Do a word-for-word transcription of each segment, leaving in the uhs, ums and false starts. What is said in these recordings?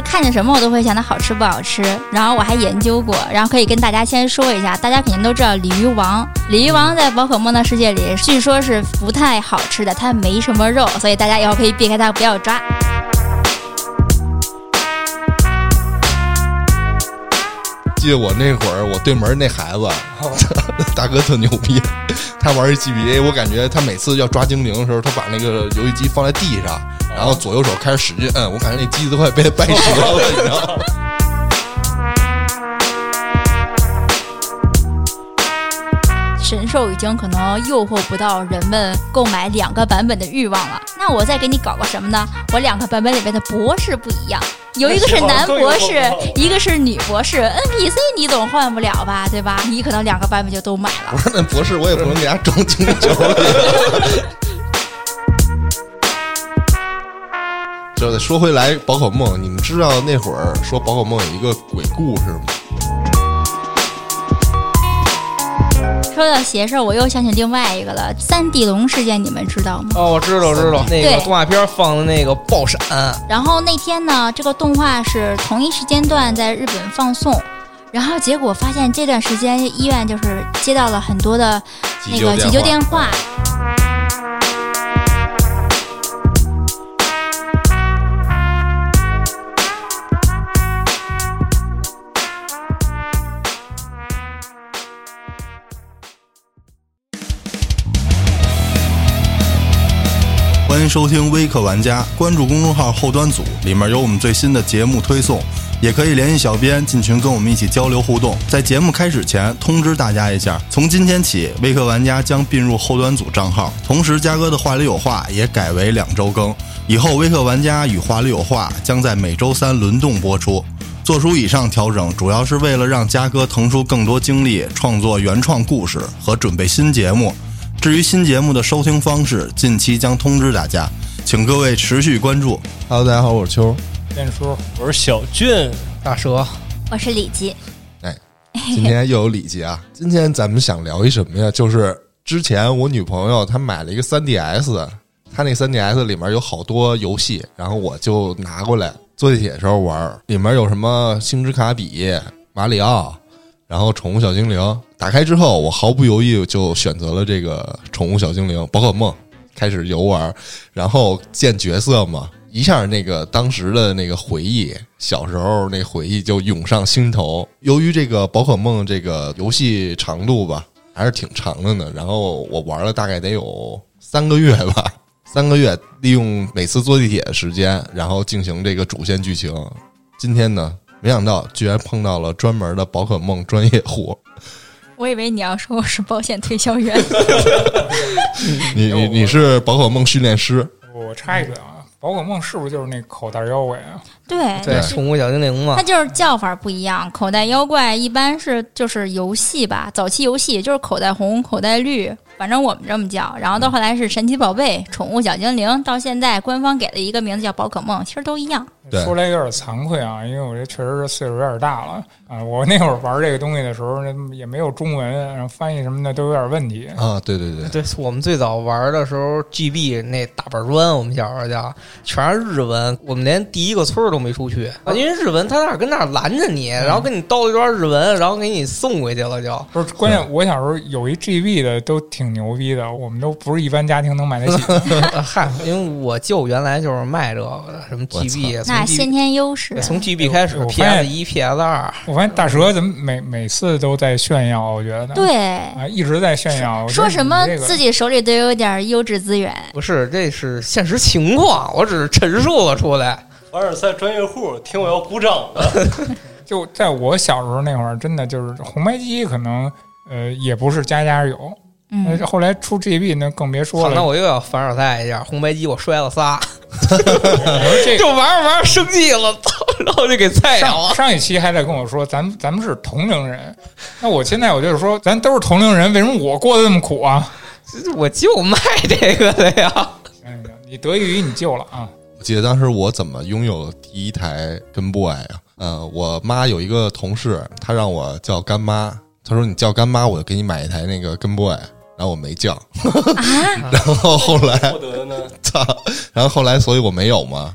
看见什么我都会想它好吃不好吃，然后我还研究过，然后可以跟大家先说一下，大家肯定都知道鲤鱼王，鲤鱼王在宝可梦的世界里据说是不太好吃的，它没什么肉，所以大家以后可以避开它，不要抓。 记得我那会儿，我对门那孩子，大哥特牛逼，他玩一 G B A， 我感觉他每次要抓精灵的时候，他把那个游戏机放在地上，然后左右手开始使劲摁，我感觉那机子都快被他掰折了，你知道吗？ 神兽已经可能诱惑不到人们购买两个版本的欲望了，那我再给你搞个什么呢？我两个版本里面的博士不一样，有一个是男博士，一个是女博士。 N P C 你总换不了吧，对吧？你可能两个版本就都买了。 不是，那博士我也不能给他装精球里。就得说回来，宝可梦，你们知道那会儿说宝可梦有一个鬼故事吗？ 说到邪事，我又想起另外一个了，三地龙事件，你们知道吗？ 哦，我知道，知道，那个动画片放的那个爆闪。 然后那天呢，这个动画是同一时间段在日本放送，然后结果发现这段时间医院就是接到了很多的那个急救电话。 欢迎收听微客玩家，关注公众号后端组，里面有我们最新的节目推送，也可以联系小编进群跟我们一起交流互动。在节目开始前通知大家一下，从今天起微客玩家将并入后端组账号，同时嘉哥的话里有话也改为两周更，以后微客玩家与话里有话将在每周三轮动播出。做出以上调整主要是为了让嘉哥腾出更多精力创作原创故事和准备新节目。至于新节目的收听方式，近期将通知大家，请各位持续关注。 Hello， 大家好，我是秋变叔，我是小俊， 大蛇， 我是李记。 哎，今天又有李记啊！今天咱们想聊一什么呀？就是之前我女朋友她买了一个 三 D S， 她那 三 D S 里面有好多游戏，然后我就拿过来坐地铁的时候玩，里面有什么星之卡比、马里奥，然后宠物小精灵。打开之后，我毫不犹豫就选择了这个宠物小精灵宝可梦，开始游玩，然后建角色嘛，一下那个当时的那个回忆，小时候那回忆就涌上心头。由于这个宝可梦这个游戏长度吧，还是挺长的呢，然后我玩了大概得有三个月吧，三个月利用每次坐地铁的时间，然后进行这个主线剧情。今天呢，没想到居然碰到了专门的宝可梦专业户。 我以为你要说我是保险推销员。 你你你是宝可梦训练师？ 我插一嘴啊，宝可梦是不是就是那口袋妖怪啊？ 对对，宠物小精灵嘛， 它就是叫法不一样。口袋妖怪一般是就是游戏吧，早期游戏就是口袋红、口袋绿，反正我们这么叫。然后到后来是神奇宝贝、宠物小精灵，到现在官方给了一个名字叫宝可梦，其实都一样。 说来有点惭愧啊，因为我这确实是岁数有点大了啊。我那会儿玩这个东西的时候，也没有中文，然后翻译什么的都有点问题啊。对对对， 对我们最早玩的时候 ，G B 那大板砖，我们小时候叫全是日文，我们连第一个村都没出去，因为日文他那儿跟那儿拦着你，然后跟你叨一段日文，然后给你送回去了就。 不是，关键我小时候有一 G B 的都挺牛逼的，我们都不是一般家庭能买得起。 嗨，因为我舅原来就是卖这个的，什么 G B。 那先天优势， 从 G B 开始 ，P S 一、P S 二。 我发现大蛇怎么每每次都在炫耀？我觉得对啊，一直在炫耀， 说什么自己手里都有点优质资源。 不是，这是现实情况，我只是陈述了出来。 凡尔赛专业户，听我要鼓掌的。 就在我小时候那会儿，真的就是红白机，可能呃也不是家家有。嗯，后来出 G B 那更别说了。 那我又要凡尔赛一下，红白机我摔了仨， 这就玩着玩着生气了，然后就给菜了。 上上一期还在跟我说，咱咱们是同龄人，那我现在我就是说，咱都是同龄人，为什么我过得那么苦啊？ 我就卖这个的呀。 行行，你得益于你舅了啊。 我记得当时我怎么拥有第一台Game Boy 啊？呃，我妈有一个同事，她让我叫干妈，她说你叫干妈，我就给你买一台那个Game Boy。 然后我没叫，啊、然后后来获得呢？ 操！然后后来，所以我没有嘛。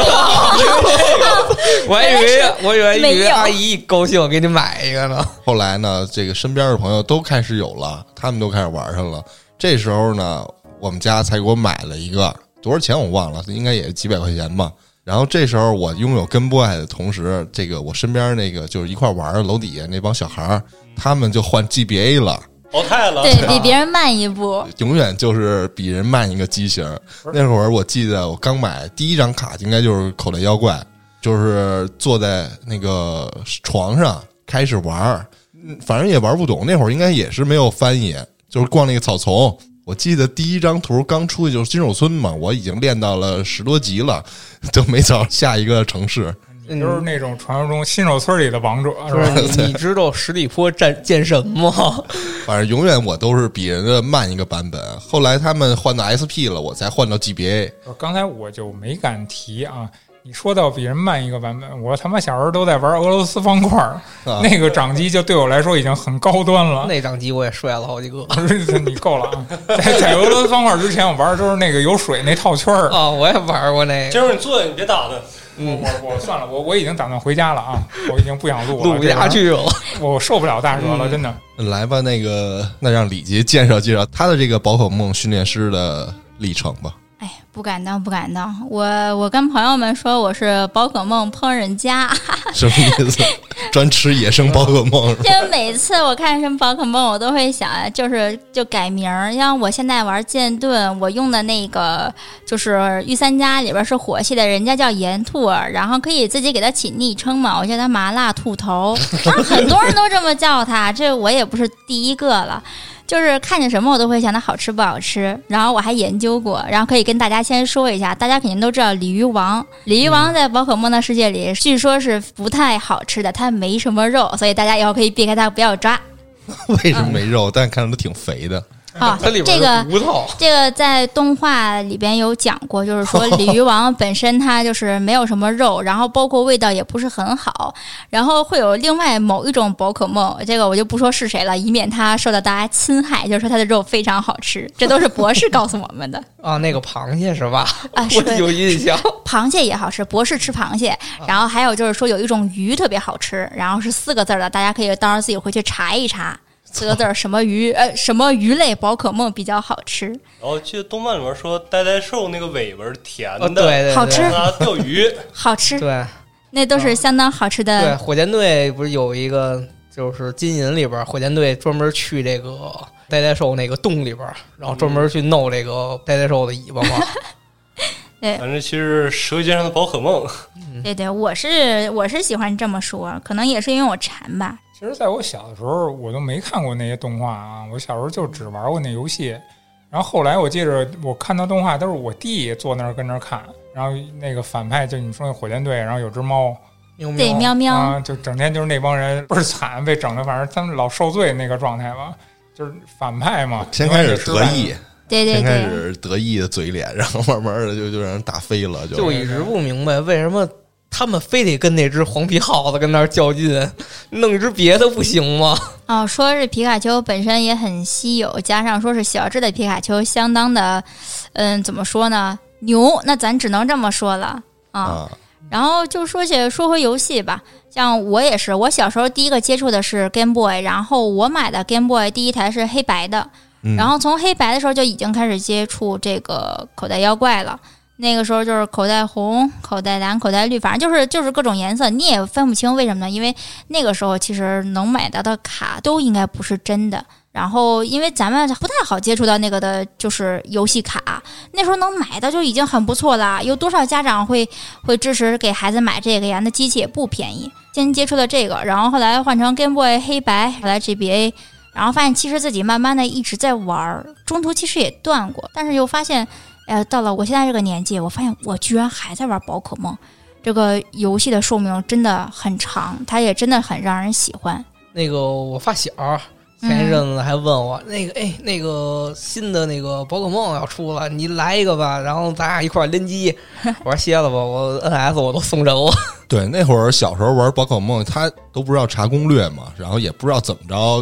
我还以为我以为以为阿姨高兴给你买一个呢。 后来呢，这个身边的朋友都开始有了，他们都开始玩上了。这时候呢，我们家才给我买了一个，多少钱我忘了，应该也几百块钱吧。然后这时候我拥有Game Boy的同时，这个我身边那个就是一块玩的楼底下那帮小孩儿，他们就换 G B A 了。 淘汰了， 对比别人慢一步， 永远就是比人慢一个机型。那会儿我记得我刚买第一张卡应该就是口袋妖怪，就是坐在那个床上开始玩，反正也玩不懂。那会儿应该也是没有翻译，就是逛那个草丛。我记得第一张图刚出去就是金手村嘛，我已经练到了十多级了，就没找下一个城市。 你就是那种传说中新手村里的王者，是吧？ 你你知道十里坡战剑神吗？ 反正永远我都是比人家慢一个版本。后来他们换到 S P 了，我才换到 G B A。 刚才我就没敢提啊。你说到比人慢一个版本，我他妈小时候都在玩俄罗斯方块，啊、那个掌机就对我来说已经很高端了。 那掌机我也摔了好几个。 你够了啊！在在俄罗斯方块之前，我玩的都是那个有水那套圈儿啊，我也玩过那个。 就是你坐下，你别打他。 嗯，我我算了，我我已经打算回家了啊！我已经不想录了， 录不下去了， 我受不了大蛇了， 嗯、 真的。 来吧，那个，那让李杰介绍介绍他的这个宝可梦训练师的历程吧。 哎，不敢当，不敢当。我我跟朋友们说我是宝可梦烹饪家， 什么意思？专吃野生宝可梦？ 因为每次我看什么宝可梦，我都会想，就是就改名儿。像我现在玩剑盾，我用的那个就是御三家里边是火系的，人家叫岩兔，然后可以自己给它起昵称嘛，我叫它麻辣兔头，然后很多人都这么叫它，这我也不是第一个了。就是看见什么我都会想它好吃不好吃，然后我还研究过，然后可以跟大家先说一下，大家肯定都知道鲤鱼王，鲤鱼王在宝可梦的世界里据说是不太好吃的，它没什么肉，所以大家以后可以避开它，不要抓。 为什么没肉？嗯、但看着都挺肥的。 好、哦，这个这个在动画里边有讲过，就是说鲤鱼王本身它就是没有什么肉，然后包括味道也不是很好，然后会有另外某一种宝可梦，这个我就不说是谁了，以免它受到大家侵害，就是说它的肉非常好吃，这都是博士告诉我们的。 啊，那个螃蟹是吧？ 啊， 我有印象。 螃蟹也好吃，博士吃螃蟹，然后还有就是说有一种鱼特别好吃，然后是四个字的，大家可以到时候自己回去查一查。四个字儿，什么鱼？呃，什么鱼类宝可梦比较好吃？ 然后记得动漫里面说，呆呆兽那个尾巴是甜的， 哦、对, 对, 对， 好吃。 钓鱼好吃， 对， 那都是相当好吃的。 对，火箭队不是有一个，就是金银里边，火箭队专门去这个呆呆兽那个洞里边，然后专门去弄这个呆呆兽的尾巴嘛。 对， 反正其实舌尖上的宝可梦。 对对，我是我是喜欢这么说，可能也是因为我馋吧。 其实在我小的时候我都没看过那些动画啊，我小时候就只玩过那游戏，然后后来我记着我看到动画都是我弟坐那儿跟那儿看，然后那个反派就你说那火箭队，然后有只猫喵喵， 对喵喵啊，就整天就是那帮人倍儿惨，被整的反正他们老受罪那个状态吧，就是反派嘛。 先开始得意， 对对对， 先开始得意的嘴脸，然后慢慢的就就让人打飞了，就就一直不明白为什么他们非得跟那只黄皮耗子跟那儿较劲，弄一只别的不行吗？ 哦，说是皮卡丘本身也很稀有，加上说是小只的皮卡丘相当的，嗯，怎么说呢？牛，那咱只能这么说了啊。啊然后就说起说回游戏吧，像我也是，我小时候第一个接触的是 Game Boy， 然后我买的 Game Boy 第一台是黑白的，嗯、然后从黑白的时候就已经开始接触这个口袋妖怪了。那个时候就是口袋红、口袋蓝、口袋绿，反正就是就是各种颜色，你也分不清为什么呢？因为那个时候其实能买到的卡都应该不是真的。然后因为咱们不太好接触到那个的，就是游戏卡，那时候能买到就已经很不错了。有多少家长会会支持给孩子买这个呀？那机器也不便宜。先接触了这个，然后后来换成 Game Boy 黑白，后来 G B A， 然后发现其实自己慢慢的一直在玩，中途其实也断过，但是又发现。呃，到了我现在这个年纪，我发现我居然还在玩宝可梦，这个游戏的寿命真的很长，它也真的很让人喜欢。 那个我发小前一阵子还问我，嗯、那个哎，那个新的那个宝可梦要出了，你来一个吧，然后咱俩一块联机。我说歇了吧，我 N S 我都送人了。对， 那会儿小时候玩宝可梦，他都不知道查攻略嘛，然后也不知道怎么着。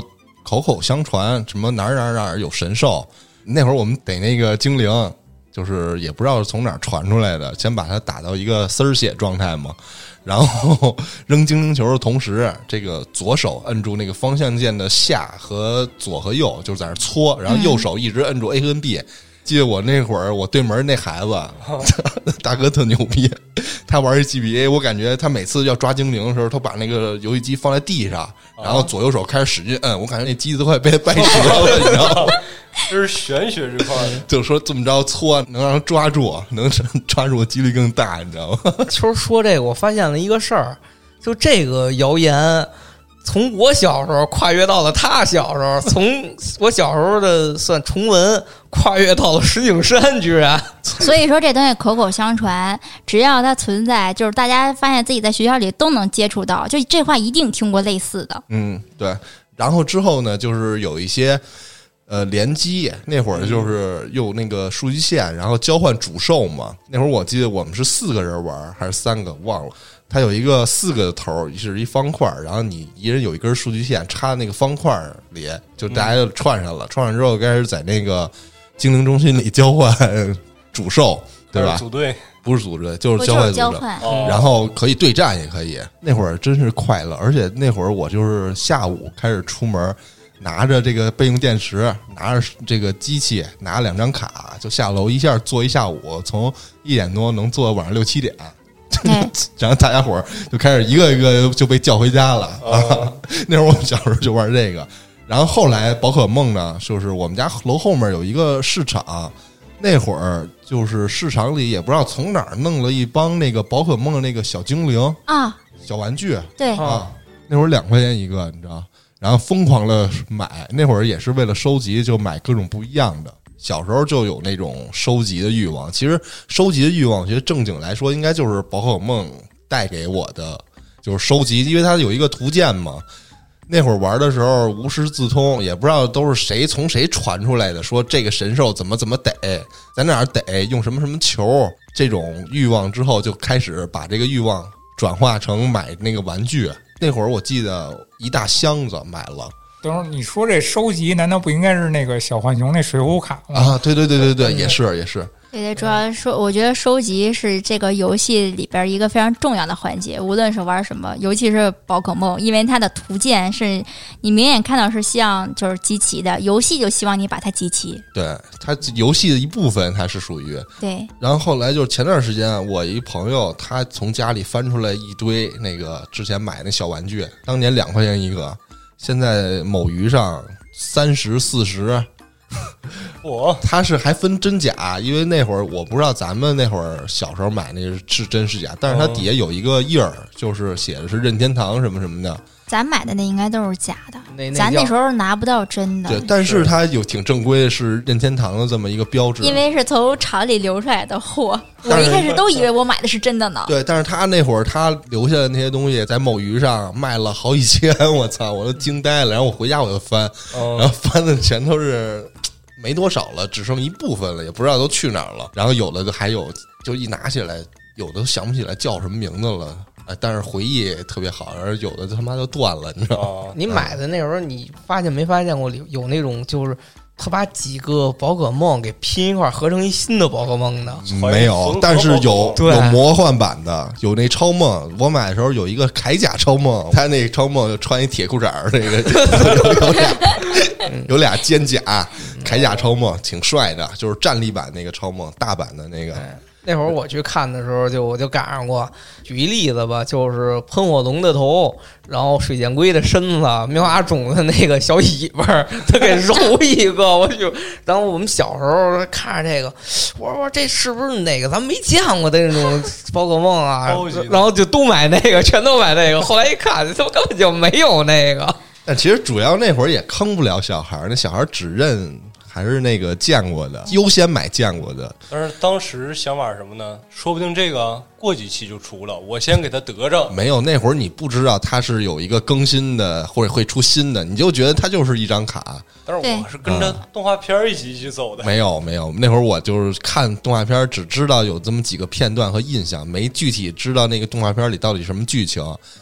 口口相传什么哪儿哪儿哪儿有神兽。那会儿我们逮那个精灵，就是也不知道从哪儿传出来的，先把它打到一个丝儿血状态嘛，然后扔精灵球的同时，这个左手摁住那个方向键的下和左和右，就是在那搓，然后右手一直摁住 A 和 B。记得我那会儿，我对门那孩子，大哥特牛逼，他玩 G B A， 我感觉他每次要抓精灵的时候，他把那个游戏机放在地上，然后左右手开始使劲摁，我感觉那机子都快被他掰折了，你知道吗？ 这是玄学这块的， 就说这么着搓能让人抓住，能抓住的几率更大，你知道吗？ 秋说这个，我发现了一个事儿，就这个谣言。从我小时候跨越到了他小时候，从我小时候的算重文跨越到了石景山，居然。 所以说这东西口口相传，只要它存在，就是大家发现自己在学校里都能接触到，就这话一定听过类似的。 嗯，对。然后之后呢，就是有一些呃联机，那会儿就是用那个数据线，然后交换主兽嘛。那会儿我记得我们是四个人玩还是三个，忘了。它有一个四个头是一方块，然后你一人有一根数据线插那个方块里，就大家就串上了。嗯、串上之后，开始在那个精灵中心里交换主兽，对吧？ 组队不是组队，就是交换组队，然后可以对战，也可以。那会儿真是快乐，而且那会儿我就是下午开始出门，拿着这个备用电池，拿着这个机器，拿两张卡，就下楼一下坐一下午，从一点多能坐到晚上六七点。然后大家伙儿就开始一个一个就被叫回家了啊！那会儿我们小时候就玩这个，然后后来宝可梦呢，就是我们家楼后面有一个市场，那会儿就是市场里也不知道从哪儿弄了一帮那个宝可梦的那个小精灵啊， 小玩具， 对啊，那会儿两块钱一个，你知道，然后疯狂的买，那会儿也是为了收集，就买各种不一样的。小时候就有那种收集的欲望，其实收集的欲望，其实正经来说，应该就是宝可梦带给我的，就是收集，因为它有一个图鉴嘛。那会儿玩的时候无师自通，也不知道都是谁从谁传出来的，说这个神兽怎么怎么逮，在哪儿逮，用什么什么球，这种欲望之后就开始把这个欲望转化成买那个玩具。那会儿我记得一大箱子买了。 等会儿你说这收集，难道不应该是那个小浣熊那水浒卡吗？ 啊，对对对对对，也是也是。 对对，主要说，我觉得收集是这个游戏里边一个非常重要的环节，无论是玩什么，尤其是宝可梦，因为它的图鉴是你明眼看到是希望就是集齐的，游戏就希望你把它集齐。 对，它游戏的一部分，它是属于对。 然后后来就是前段时间，我一朋友他从家里翻出来一堆那个之前买那小玩具，当年两块钱一个。现在某鱼上三十四十， 我它是还分真假，因为那会儿我不知道咱们那会儿小时候买那个是真是假，但是它底下有一个印儿，就是写的是任天堂什么什么的。 咱买的那应该都是假的， 那那咱那时候拿不到真的。 对，但是它有挺正规，是任天堂的这么一个标志。 因为是从厂里流出来的货，我一开始都以为我买的是真的呢。 对，但是他那会儿他留下的那些东西，在某鱼上卖了好几千，我操，我都惊呆了。然后我回家我就翻， 哦、 然后翻的全都是没多少了，只剩一部分了，也不知道都去哪儿了。然后有的还有，就一拿起来，有的都想不起来叫什么名字了。哎，但是回忆特别好，而有的他妈就断了，你知道吗？ 哦、 你买的那时候，你发现没发现过有那种就是他把几个宝可梦给拼一块合成一新的宝可梦的？ 没有，但是有有魔幻版的，有那超梦。我买的时候有一个铠甲超梦，他那超梦就穿一铁裤衩儿，那个有俩有俩肩甲，铠甲超梦挺帅的，就是战力版那个超梦，大版的那个。 那会儿我去看的时候就，就我就赶上过。举一例子吧，就是喷火龙的头，然后水箭龟的身子，棉花种的那个小尾巴，他给揉一个，我就。然后我们小时候看着这个，我说这是不是哪个咱没见过的那种宝可梦啊？然后就都买那个，全都买那个。后来一看，他根本就没有那个。 但其实主要那会儿也坑不了小孩，那小孩只认。还是那个见过的，优先买见过的。 但是当时想法是什么呢？说不定这个过几期就出了，我先给它得着。 没有，那会儿你不知道它是有一个更新的，或者会出新的，你就觉得它就是一张卡。 但是我是跟着动画片一起一起走的。 嗯、没有没有，那会儿我就是看动画片，只知道有这么几个片段和印象，没具体知道那个动画片里到底什么剧情。 哦、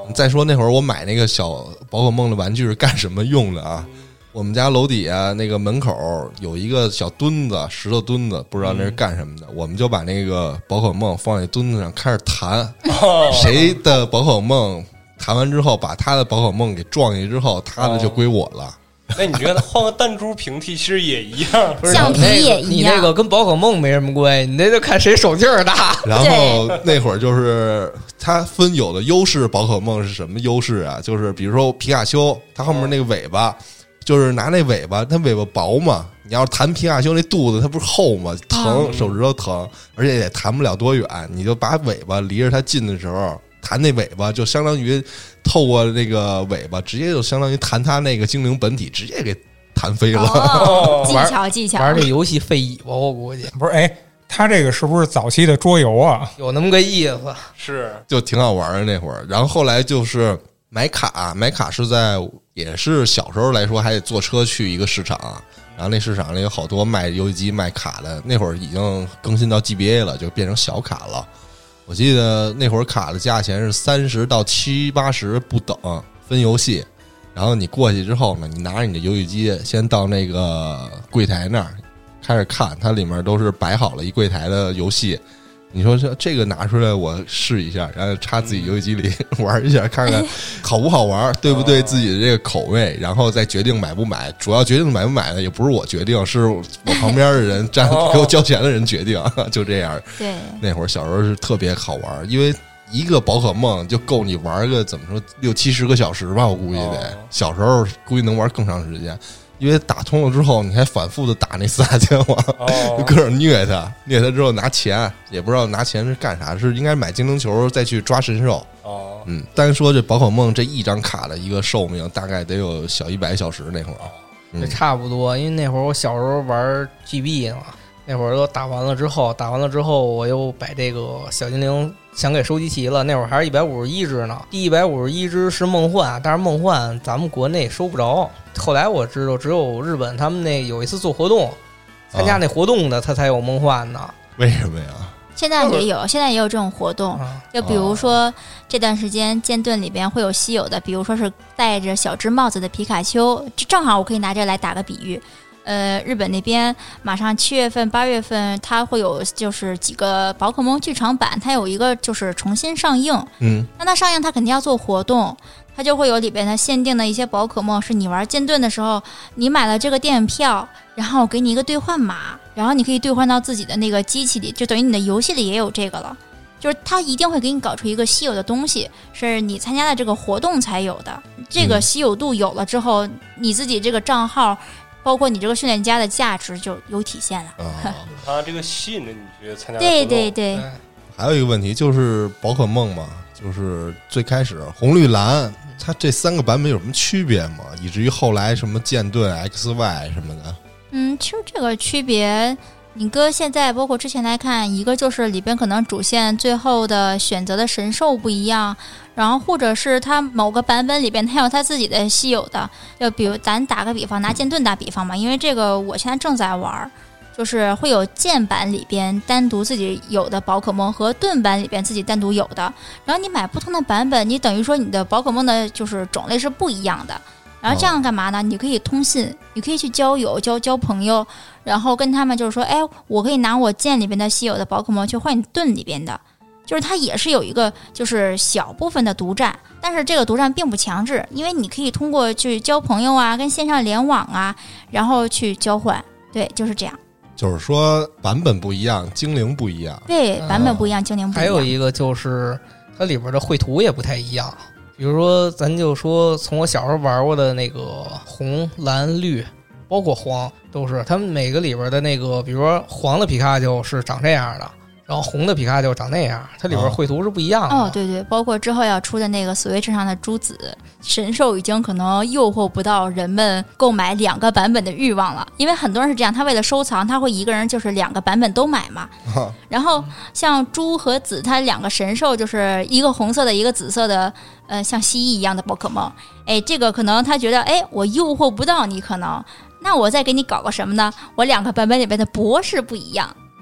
再说那会儿我买那个小宝可梦的玩具是干什么用的啊？我们家楼底下那个门口有一个小墩子，石头墩子，不知道那是干什么的。嗯、我们就把那个宝可梦放在墩子上开始弹，哦、谁的宝可梦弹完之后，把他的宝可梦给撞进去之后，他的就归我了。哦那你觉得换个弹珠平替其实也一样， 橡皮也一样。 你那个跟宝可梦没什么关系，你那就看谁手劲儿大。 然后那会儿就是它分有的优势宝可梦是什么优势啊？就是比如说皮卡丘，它后面那个尾巴，就是拿那尾巴，它尾巴薄嘛，你要是弹皮卡丘那肚子，它不是厚吗？疼，手指头疼，而且也弹不了多远，你就把尾巴离着它近的时候。弹那尾巴就相当于透过那个尾巴，直接就相当于弹他那个精灵本体，直接给弹飞了。 哦、技巧技巧， 玩这游戏费尾巴，我估计不是。哎，他这个是不是早期的桌游啊？ 有那么个意思， 是就挺好玩的那会儿。然后后来就是买卡，买卡是在也是小时候来说还得坐车去一个市场，然后那市场里有好多卖游戏机卖卡的，那会儿已经更新到 G B A 了，就变成小卡了。我记得那会儿卡的价钱是三十到七八十不等，分游戏。然后你过去之后呢，你拿着你的游戏机，先到那个柜台那儿开始看，它里面都是摆好了一柜台的游戏。你说这这个拿出来我试一下，然后插自己游戏机里玩一下，看看好不好玩，对不对自己的这个口味，然后再决定买不买。主要决定买不买的也不是我决定，是我旁边的人站给我交钱的人决定，就这样。 对， 那会儿小时候是特别好玩，因为一个宝可梦就够你玩个怎么说六七十个小时吧，我估计得。小时候估计能玩更长时间。因为打通了之后，你还反复的打那四大天王，就各种虐他，虐他之后拿钱，也不知道拿钱是干啥，是应该买精灵球再去抓神兽。哦，嗯，单说这宝可梦这一张卡的一个寿命，大概得有小一百小时那会儿， 嗯、差不多。因为那会儿我小时候玩 G B 呢，那会儿都打完了之后，打完了之后我又把这个小精灵想给收集齐了。那会儿还是一百五十一只呢，第一百五十一只是梦幻，但是梦幻咱们国内收不着。后来我知道，只有日本他们那有一次做活动，参加那活动的，他才有梦幻呢。 为什么呀？ 现在也有，现在也有这种活动。就比如说这段时间剑盾里边会有稀有的，比如说是戴着小只帽子的皮卡丘，就正好我可以拿这来打个比喻。呃，日本那边马上七月份、八月份，它会有就是几个宝可梦剧场版，它有一个就是重新上映。 嗯， 那它上映，它肯定要做活动，它就会有里边的限定的一些宝可梦，是你玩剑盾的时候，你买了这个电影票，然后我给你一个兑换码，然后你可以兑换到自己的那个机器里，就等于你的游戏里也有这个了。就是它一定会给你搞出一个稀有的东西，是你参加的这个活动才有的。这个稀有度有了之后，嗯、你自己这个账号。包括你这个训练家的价值就有体现了。 啊，他这个吸引着你去参加。 对对对。 还有一个问题就是宝可梦嘛，就是最开始红绿蓝，它这三个版本有什么区别吗？以至于后来什么剑盾 X Y 什么的。 嗯，其实这个区别，你搁现在包括之前来看，一个就是里边可能主线最后的选择的神兽不一样。然后或者是它某个版本里边它有它自己的稀有的，就比如咱打个比方，拿剑盾打比方嘛，因为这个我现在正在玩，就是会有剑版里边单独自己有的宝可梦和盾版里边自己单独有的，然后你买不同的版本，你等于说你的宝可梦的就是种类是不一样的。然后这样干嘛呢？你可以通信，你可以去交友、交交朋友，然后跟他们就是说，哎，我可以拿我剑里边的稀有的宝可梦去换你盾里边的。就是它也是有一个就是小部分的独占，但是这个独占并不强制，因为你可以通过去交朋友啊，跟线上联网啊，然后去交换。对，就是这样。 就是说版本不一样，精灵不一样。 对，版本不一样，嗯、精灵不一样。 还有一个就是它里边的绘图也不太一样，比如说咱就说从我小时候玩过的那个红、蓝、绿，包括黄，都是他们每个里边的那个，比如说黄的皮卡丘是长这样的。然后红的皮卡丘长那样，它里边绘图是不一样的。 哦，对对，包括之后要出的那个 Switch 上的朱紫神兽，已经可能诱惑不到人们购买两个版本的欲望了。因为很多人是这样，他为了收藏，他会一个人就是两个版本都买嘛。哦、然后像朱和紫，它两个神兽就是一个红色的，一个紫色的，呃，像蜥蜴一样的宝可梦。哎，这个可能他觉得，哎，我诱惑不到你，可能那我再给你搞个什么呢？我两个版本里边的博士不一样。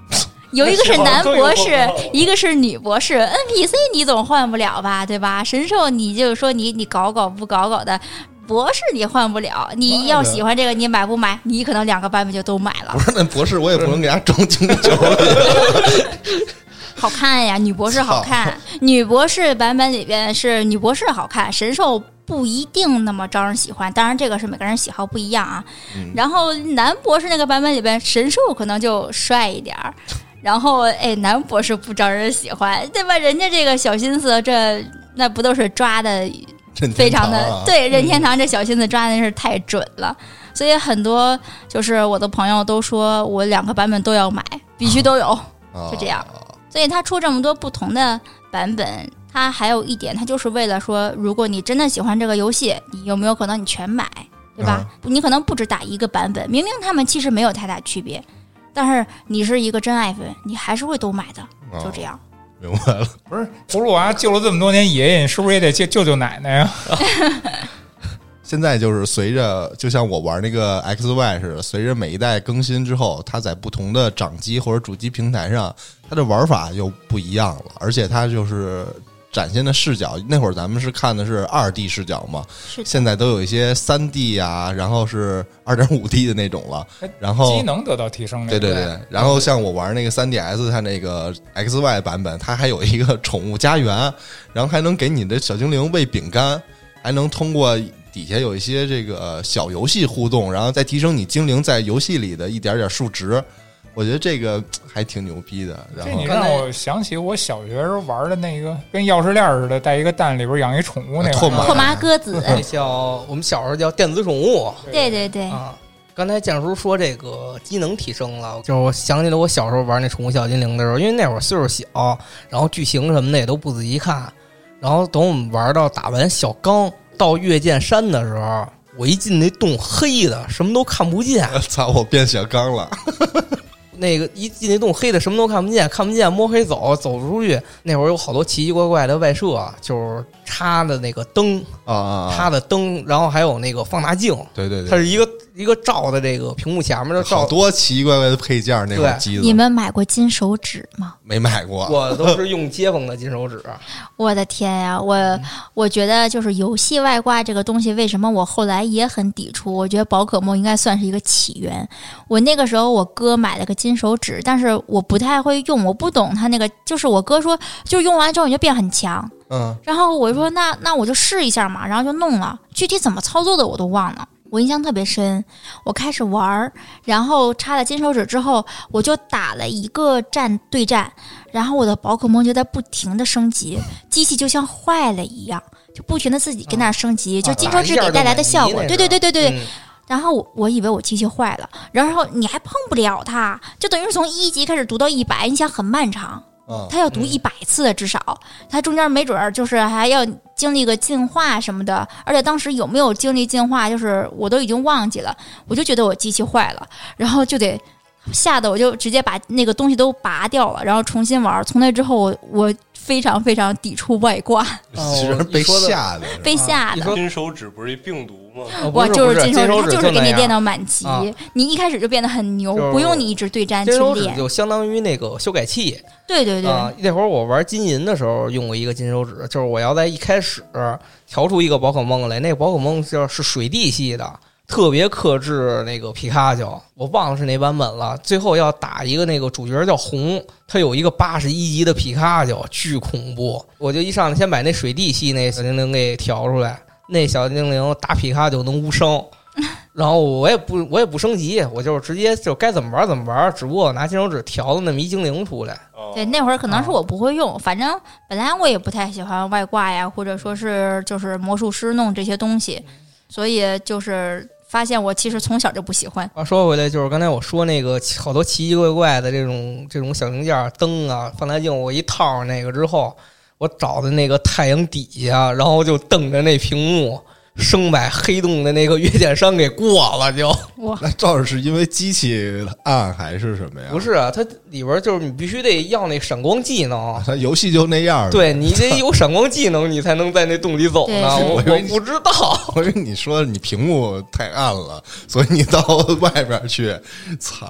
有一个是男博士，一个是女博士。N P C 你总换不了吧，对吧？神兽你就说你你搞搞不搞搞的，博士你换不了。你要喜欢这个，你买不买？你可能两个版本就都买了。 不是那博士，我也不能给他装精灵球了。 好看呀，女博士好看。女博士版本里边是女博士好看，神兽不一定那么招人喜欢，当然这个是每个人喜好不一样啊。嗯、然后男博士那个版本里边，神兽可能就帅一点儿，然后哎，男博士不招人喜欢，对吧？人家这个小心思，这那不都是抓的非常的、 啊、 对，任天堂这小心思抓的是太准了。嗯、所以很多就是我的朋友都说我两个版本都要买，必须都有，啊、就这样。所以他出这么多不同的版本，他还有一点，他就是为了说，如果你真的喜欢这个游戏，你有没有可能你全买，对吧？嗯、你可能不止打一个版本，明明他们其实没有太大区别，但是你是一个真爱粉，你还是会都买的，哦、就这样。 明白了， 不是葫芦娃救了这么多年爷爷，你是不是也得救救救奶奶呀？ 现在就是随着，就像我玩那个 X Y 似的，随着每一代更新之后，它在不同的掌机或者主机平台上，它的玩法又不一样了，而且它就是展现的视角，那会儿咱们是看的是二 D 视角嘛，现在都有一些三 D 啊，然后是 二点五 D 的那种了，然后机能得到提升。 对对对，然后像我玩那个 三 D S 它那个 X Y 版本，它还有一个宠物家园，然后还能给你的小精灵喂饼干，还能通过底下有一些这个小游戏互动，然后再提升你精灵在游戏里的一点点数值，我觉得这个还挺牛逼的。然后这你让我想起我小学时候玩的那个跟钥匙链似的，带一个蛋里边养一宠物那个拓麻拓麻鸽子， 那叫我们小时候叫电子宠物。 对对对啊，刚才建叔说这个机能提升了，就是我想起了我小时候玩那宠物小精灵的时候，因为那会儿岁数小，然后剧情什么的也都不仔细看，然后等我们玩到打完小刚到月见山的时候，我一进那洞黑的，什么都看不见。 操！我变小刚了。 那个一进那洞黑的，什么都看不见，看不见，摸黑走，走不出去。那会儿有好多奇奇怪怪的外设，就是插的那个灯啊， 插的灯，然后还有那个放大镜。 对对对， 它是一个一个照在这个屏幕前面的照， 好多奇奇怪怪的配件。那会机子， 你们买过金手指吗？ 没买过， 我都是用街坊的金手指。 我的天呀，我、嗯、我觉得就是游戏外挂这个东西，为什么我后来也很抵触？我觉得宝可梦应该算是一个起源。我那个时候我哥买了个金手指，但是我不太会用，我不懂他那个，就是我哥说，就用完之后你就变很强。 嗯， 然后我就说那那我就试一下嘛，然后就弄了，具体怎么操作的我都忘了。我印象特别深，我开始玩，然后插了金手指之后，我就打了一个战对战，然后我的宝可梦就在不停的升级，机器就像坏了一样，就不停的自己跟那升级，就金手指给带来的效果。对对对对对。嗯，然后我我以为我机器坏了，然后你还碰不了它，就等于是从一级开始读到一百，你想很漫长。他要读一百次的，至少他中间没准儿就是还要经历个进化什么的，而且当时有没有经历进化，就是我都已经忘记了。我就觉得我机器坏了，然后就得吓得我就直接把那个东西都拔掉了，然后重新玩。从那之后我我非常非常抵触外挂， 其实被吓的， 被吓的。 金手指不是一病毒吗？ 哇，就是金手指，它就是给你练到满级， 啊、 你一开始就变得很牛，就是、不用你一直对战去练。 金手指就相当于那个修改器。 对对对、 啊，那会儿我玩金银的时候用过一个金手指，就是我要在一开始调出一个宝可梦来，那个宝可梦就是水地系的。特别克制那个皮卡丘，我忘了是哪版本了。最后要打一个那个主角叫红，他有一个八十一级的皮卡丘，巨恐怖。我就一上来先把那水地系那小精灵给调出来，那小精灵打皮卡丘能无声，然后我也不我也不升级，我就是直接就该怎么玩怎么玩，只不过我拿金手指调了那么一精灵出来。 对，那会儿可能是我不会用，哦、反正本来我也不太喜欢外挂呀，或者说是就是魔术师弄这些东西，所以就是发现我其实从小就不喜欢。 话说回来，就是刚才我说那个好多奇奇怪怪的这种这种小零件，灯啊、放大镜，我一套那个之后，我找的那个太阳底下，然后就瞪着那屏幕，生把黑洞的那个月见山给过了就。 哇， 那照是因为机器暗还是什么呀？ 不是啊，它里边就是你必须得要那闪光技能， 它游戏就那样。 对，你得有闪光技能，你才能在那洞里走呢。我我不知道， 我以为你说你屏幕太暗了，所以你到外边去，操。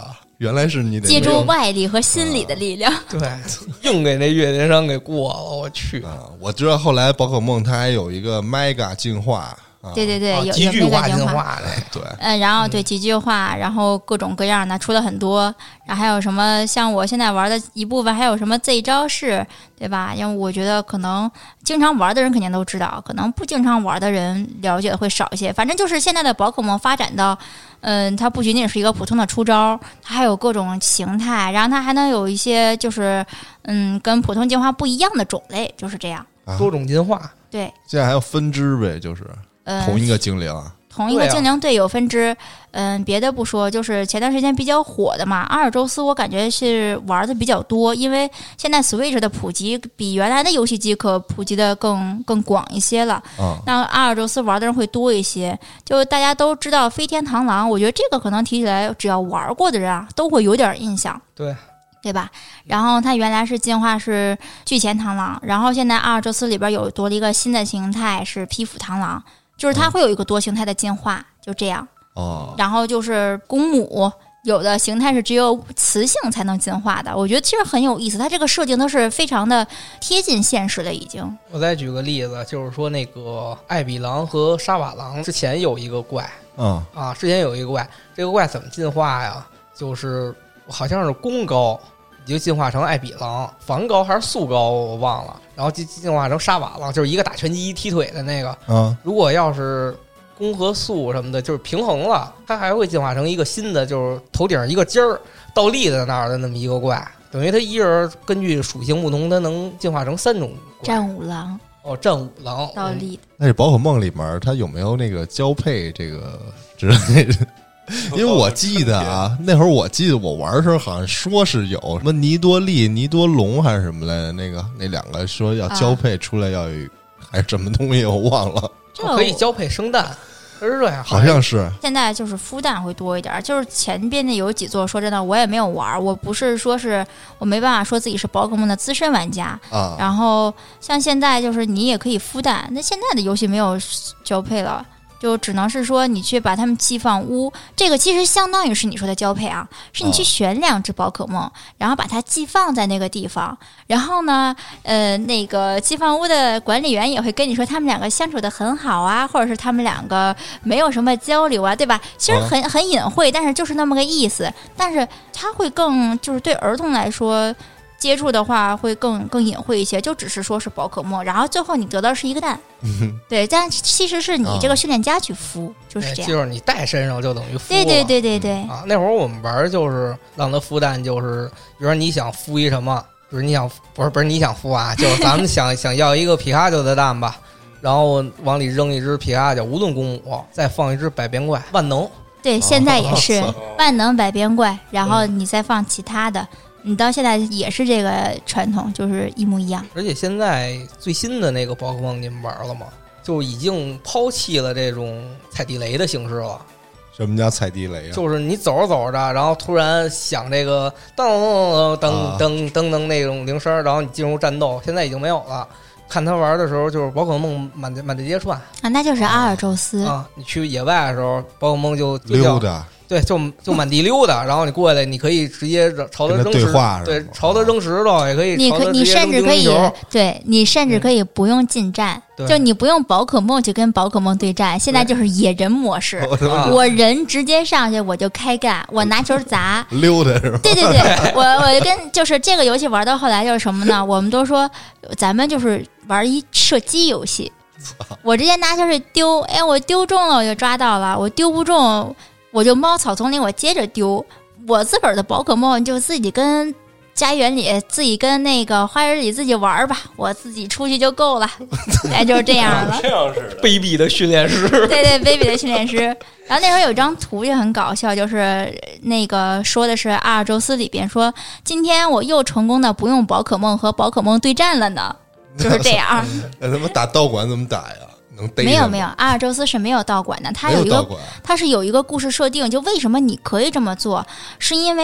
原来是你得借助外力和心理的力量， 对，硬给那月电商给过了，我去啊！我知道后来宝可梦它还有一个 Mega 进化。 对对对，有极具化进化的， 对， 嗯，然后对极具化，然后各种各样的出了很多，然后还有什么像我现在玩的一部分，还有什么 Z 招式，对吧？因为我觉得可能经常玩的人肯定都知道，可能不经常玩的人了解的会少一些。反正就是现在的宝可梦发展到，嗯，它不仅仅是一个普通的出招，它还有各种形态，然后它还能有一些就是嗯跟普通进化不一样的种类，就是这样， 啊、 多种进化。 对， 现在还有分支呗，就是。同一个精灵啊， 同一个精灵队有分支。嗯，别的不说，就是前段时间比较火的嘛，阿尔宙斯，我感觉是玩的比较多，因为现在 Switch 的普及比原来的游戏机可普及的更更广一些了。 嗯， 那阿尔宙斯玩的人会多一些。就大家都知道飞天螳螂，我觉得这个可能提起来，只要玩过的人啊，都会有点印象。 对。 对吧？然后它原来是进化是巨钳螳螂，然后现在阿尔宙斯里边有多了一个新的形态是披斧螳螂。就是它会有一个多形态的进化，嗯、就这样。 哦。 然后就是公母，有的形态是只有雌性才能进化的。我觉得其实很有意思，它这个设定都是非常的贴近现实了，已经。 我再举个例子，就是说那个艾比狼和沙瓦狼之前有一个怪， 嗯啊，之前有一个怪，这个怪怎么进化呀？就是好像是攻高。就进化成艾比狼，防高还是速高我忘了，然后进进化成沙瓦狼，就是一个打拳击一踢腿的那个。 嗯， 如果要是攻和速什么的，就是平衡了，它还会进化成一个新的，就是头顶一个尖儿倒立在那儿的那么一个怪。等于它一人根据属性不同，它能进化成三种怪。 战五郎哦，战五郎倒立、 嗯。那这宝可梦里面它有没有那个交配这个之类的？因为我记得啊，那会儿我记得我玩的时候好像说是有什么尼多利、尼多龙还是什么来的，那个那两个说要交配出来要有、啊、还是什么东西我忘了， 可以交配生蛋。是这样， 好像是现在就是孵蛋会多一点，就是前边的有几座，说真的我也没有玩，我不是说是我没办法说自己是宝可梦的资深玩家啊。 然后像现在就是你也可以孵蛋，那现在的游戏没有交配了。就只能是说你去把它们寄放屋，这个其实相当于是你说的交配啊，是你去选两只宝可梦、哦、然后把它寄放在那个地方，然后呢呃，那个寄放屋的管理员也会跟你说他们两个相处的很好啊，或者是他们两个没有什么交流啊，对吧？其实很很隐晦，但是就是那么个意思，但是它会更就是对儿童来说接触的话会更更隐晦一些，就只是说是宝可梦，然后最后你得到是一个蛋， 嗯、 对，但其实是你这个训练家去孵、哦，就是这样， 就是你带身上就等于孵了， 对对对对对啊。那会儿我们玩就是让它孵蛋，就是比如说你想孵一什么，比如你想不是不是你想孵啊，就是咱们想想要一个皮卡丘的蛋吧，然后往里扔一只皮卡丘，无论公母，再放一只百变怪万能， 对，现在也是、哦、万能百变怪，然后你再放其他的。嗯，你到现在也是这个传统，就是一模一样。 而且现在最新的那个宝可梦你们玩了吗？就已经抛弃了这种踩地雷的形式了。 什么叫踩地雷啊？ 就是你走着走着，然后突然响这个噔噔噔噔噔噔那种铃声，然后你进入战斗。现在已经没有了。看他玩的时候，就是宝可梦满满大街窜啊，那就是阿尔宙斯啊。你去野外的时候，宝可梦就溜达。 对，就就满地溜达，然后你过来，你可以直接朝他扔石，对，朝他扔石头，也可以。 你可你甚至可以，对你甚至可以不用近战， 嗯、 就你不用宝可梦去跟宝可梦对战，现在就是野人模式，我人直接上去我就开干，我拿球砸， 溜达是吧？ 对对对，我我跟就是这个游戏玩到后来就是什么呢？我们都说咱们就是玩一射击游戏，我直接拿球去丢，哎，我丢中了我就抓到了，我丢不中。我就猫草丛里，我接着丢。我自个儿的宝可梦就自己跟家园里、自己跟那个花园里自己玩吧，我自己出去就够了。哎，就是这样了。 这样是的， 卑鄙的训练师。 对对，卑鄙的训练师。然后那时候有张图也很搞笑，就是那个说的是阿尔宙斯里边说，今天我又成功的不用宝可梦和宝可梦对战了呢，就是这样。 那他妈打道馆怎么打呀？ 没有没有，阿尔宙斯是没有道馆的，它有一个，它是有一个故事设定，就为什么你可以这么做，是因为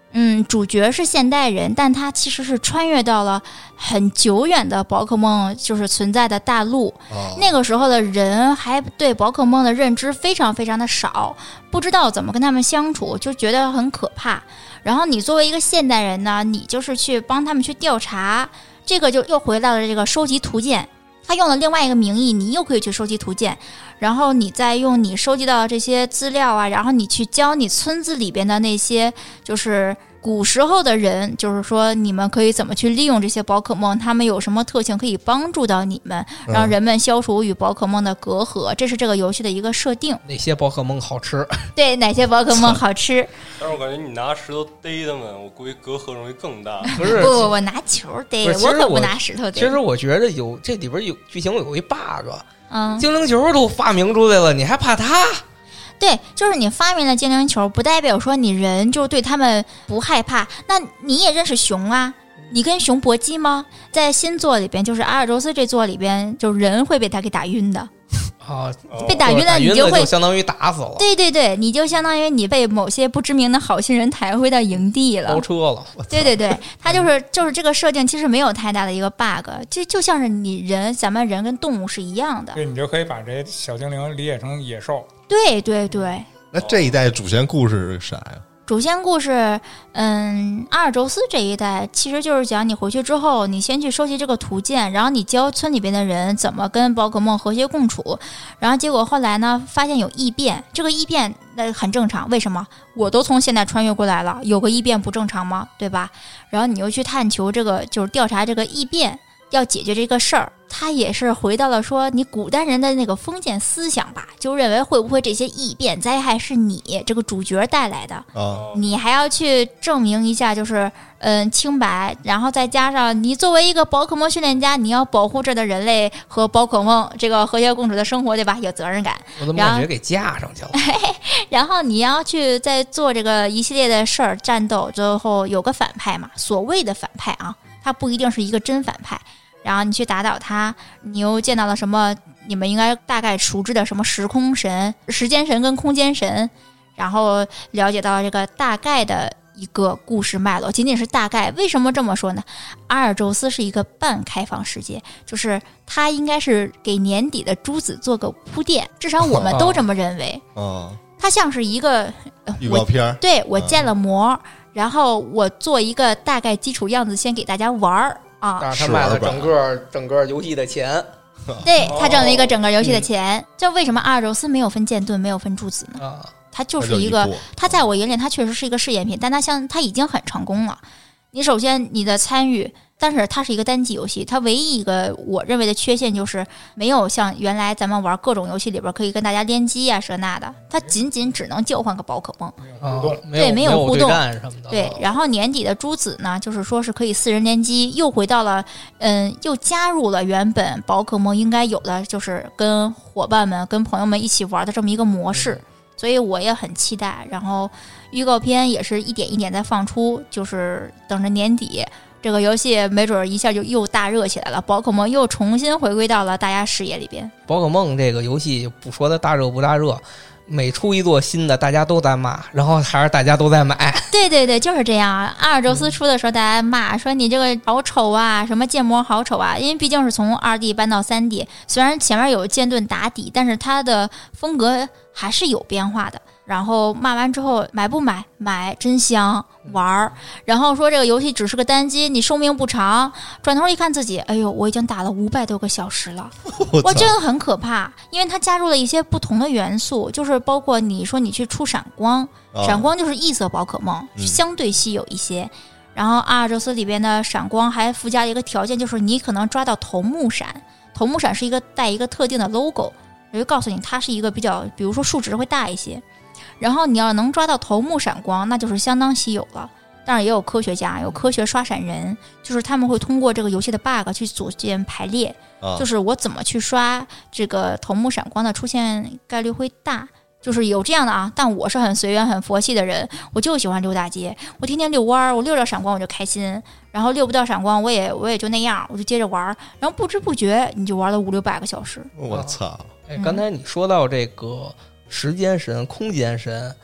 嗯，主角是现代人，但他其实是穿越到了很久远的宝可梦就是存在的大陆。 哦、 那个时候的人还对宝可梦的认知非常非常的少，不知道怎么跟他们相处，就觉得很可怕。然后你作为一个现代人呢，你就是去帮他们去调查，这个就又回到了这个收集图鉴。他用了另外一个名义，你又可以去收集图鉴，然后你再用你收集到的这些资料啊，然后你去教你村子里边的那些就是古时候的人，就是说你们可以怎么去利用这些宝可梦，他们有什么特性可以帮助到你们，让人们消除与宝可梦的隔阂，这是这个游戏的一个设定。 哪些宝可梦好吃？ 对，哪些宝可梦好吃？ 但是我感觉你拿石头逮他们，我估计隔阂容易更大。 不是， 不不，我拿球逮，我可不拿石头逮。 其实我觉得有这里边有剧情有一 bug， 嗯， 精灵球都发明出来了，你还怕它？ 对，就是你发明了精灵球，不代表说你人就对他们不害怕。那你也认识熊啊？你跟熊搏击吗？在新作里边，就是阿尔宙斯这作里边，就是人会被他给打晕的。 啊， 被打晕了，你就会就相当于打死了。 对对对，你就相当于你被某些不知名的好心人抬回到营地了， 包车了。 对对对，他就是就是这个设定，其实没有太大的一个 bug， 就就像是你人，咱们人跟动物是一样的。 对，你就可以把这些小精灵理解成野兽。 对对对。 那这一代主线故事是啥呀？ 主线故事，嗯，阿尔宙斯这一代其实就是讲你回去之后，你先去收集这个图鉴，然后你教村里边的人怎么跟宝可梦和谐共处，然后结果后来呢，发现有异变，这个异变那很正常，为什么？我都从现代穿越过来了，有个异变不正常吗？对吧？然后你又去探求这个，就是调查这个异变。要解决这个事儿，他也是回到了说你古代人的那个封建思想吧，就认为会不会这些异变灾害是你这个主角带来的啊？你还要去证明一下，就是嗯清白，然后再加上你作为一个宝可梦训练家，你要保护这的人类和宝可梦这个和谐共处的生活，对吧？有责任感。 我怎么感觉给架上去了？ 然后你要去再做这个一系列的事儿，战斗最后有个反派嘛，所谓的反派啊，他不一定是一个真反派。然后你去打倒他，你又见到了什么？你们应该大概熟知的什么时空神、时间神跟空间神，然后了解到这个大概的一个故事脉络，仅仅是大概。为什么这么说呢？阿尔宙斯是一个半开放世界，就是它应该是给年底的朱子做个铺垫，至少我们都这么认为。 哦， 它像是一个预告片， 对我建了模、嗯，然后我做一个大概基础样子，先给大家玩儿。啊， 但是他卖了整个整个游戏的钱， 对他挣了一个整个游戏的钱。就、嗯、为什么阿尔宙斯没有分剑盾，没有分柱子呢？啊，他就是一个，他在我眼里，他确实是一个试验品，但他像他已经很成功了。你首先你的参与，但是它是一个单机游戏，它唯一一个我认为的缺陷就是没有像原来咱们玩各种游戏里边可以跟大家联机啊、这那的，它仅仅只能交换个宝可梦， 互动、 哦、 对，没有互动什么的。 对，然后年底的朱子呢，就是说是可以四人联机，又回到了，嗯，又加入了原本宝可梦应该有的，就是跟伙伴们、跟朋友们一起玩的这么一个模式。嗯，所以我也很期待，然后预告片也是一点一点在放出，就是等着年底这个游戏没准一下就又大热起来了，宝可梦又重新回归到了大家视野里边。 宝可梦这个游戏不说它大热不大热，每出一座新的大家都在骂，然后还是大家都在买。 对对对，就是这样。阿尔宙斯出的时候大家骂说你这个好丑啊，什么建模好丑啊，因为毕竟是从二 D 搬到三 D， 虽然前面有剑盾打底，但是它的风格还是有变化的。然后骂完之后买不买？买，真香，玩儿。然后说这个游戏只是个单机，你寿命不长。转头一看自己，哎呦，我已经打了五百多个小时了，我真的很可怕。因为它加入了一些不同的元素，就是包括你说你去出闪光，闪光就是异色宝可梦， 嗯、 相对稀有一些。然后阿尔宙斯里边的闪光还附加了一个条件，就是你可能抓到头目闪，头目闪是一个带一个特定的 logo， 也就告诉你它是一个比较，比如说数值会大一些。然后你要能抓到头目闪光，那就是相当稀有了。当然也有科学家，有科学刷闪人，就是他们会通过这个游戏的 bug 去组建排列，啊、就是我怎么去刷这个头目闪光的出现概率会大，就是有这样的啊。但我是很随缘很佛系的人，我就喜欢溜大街，我天天遛弯，我溜着闪光我就开心，然后溜不到闪光我也我也就那样，我就接着玩，然后不知不觉你就玩了五六百个小时。 我操！ 哎，刚才你说到这个时间神、空间神，还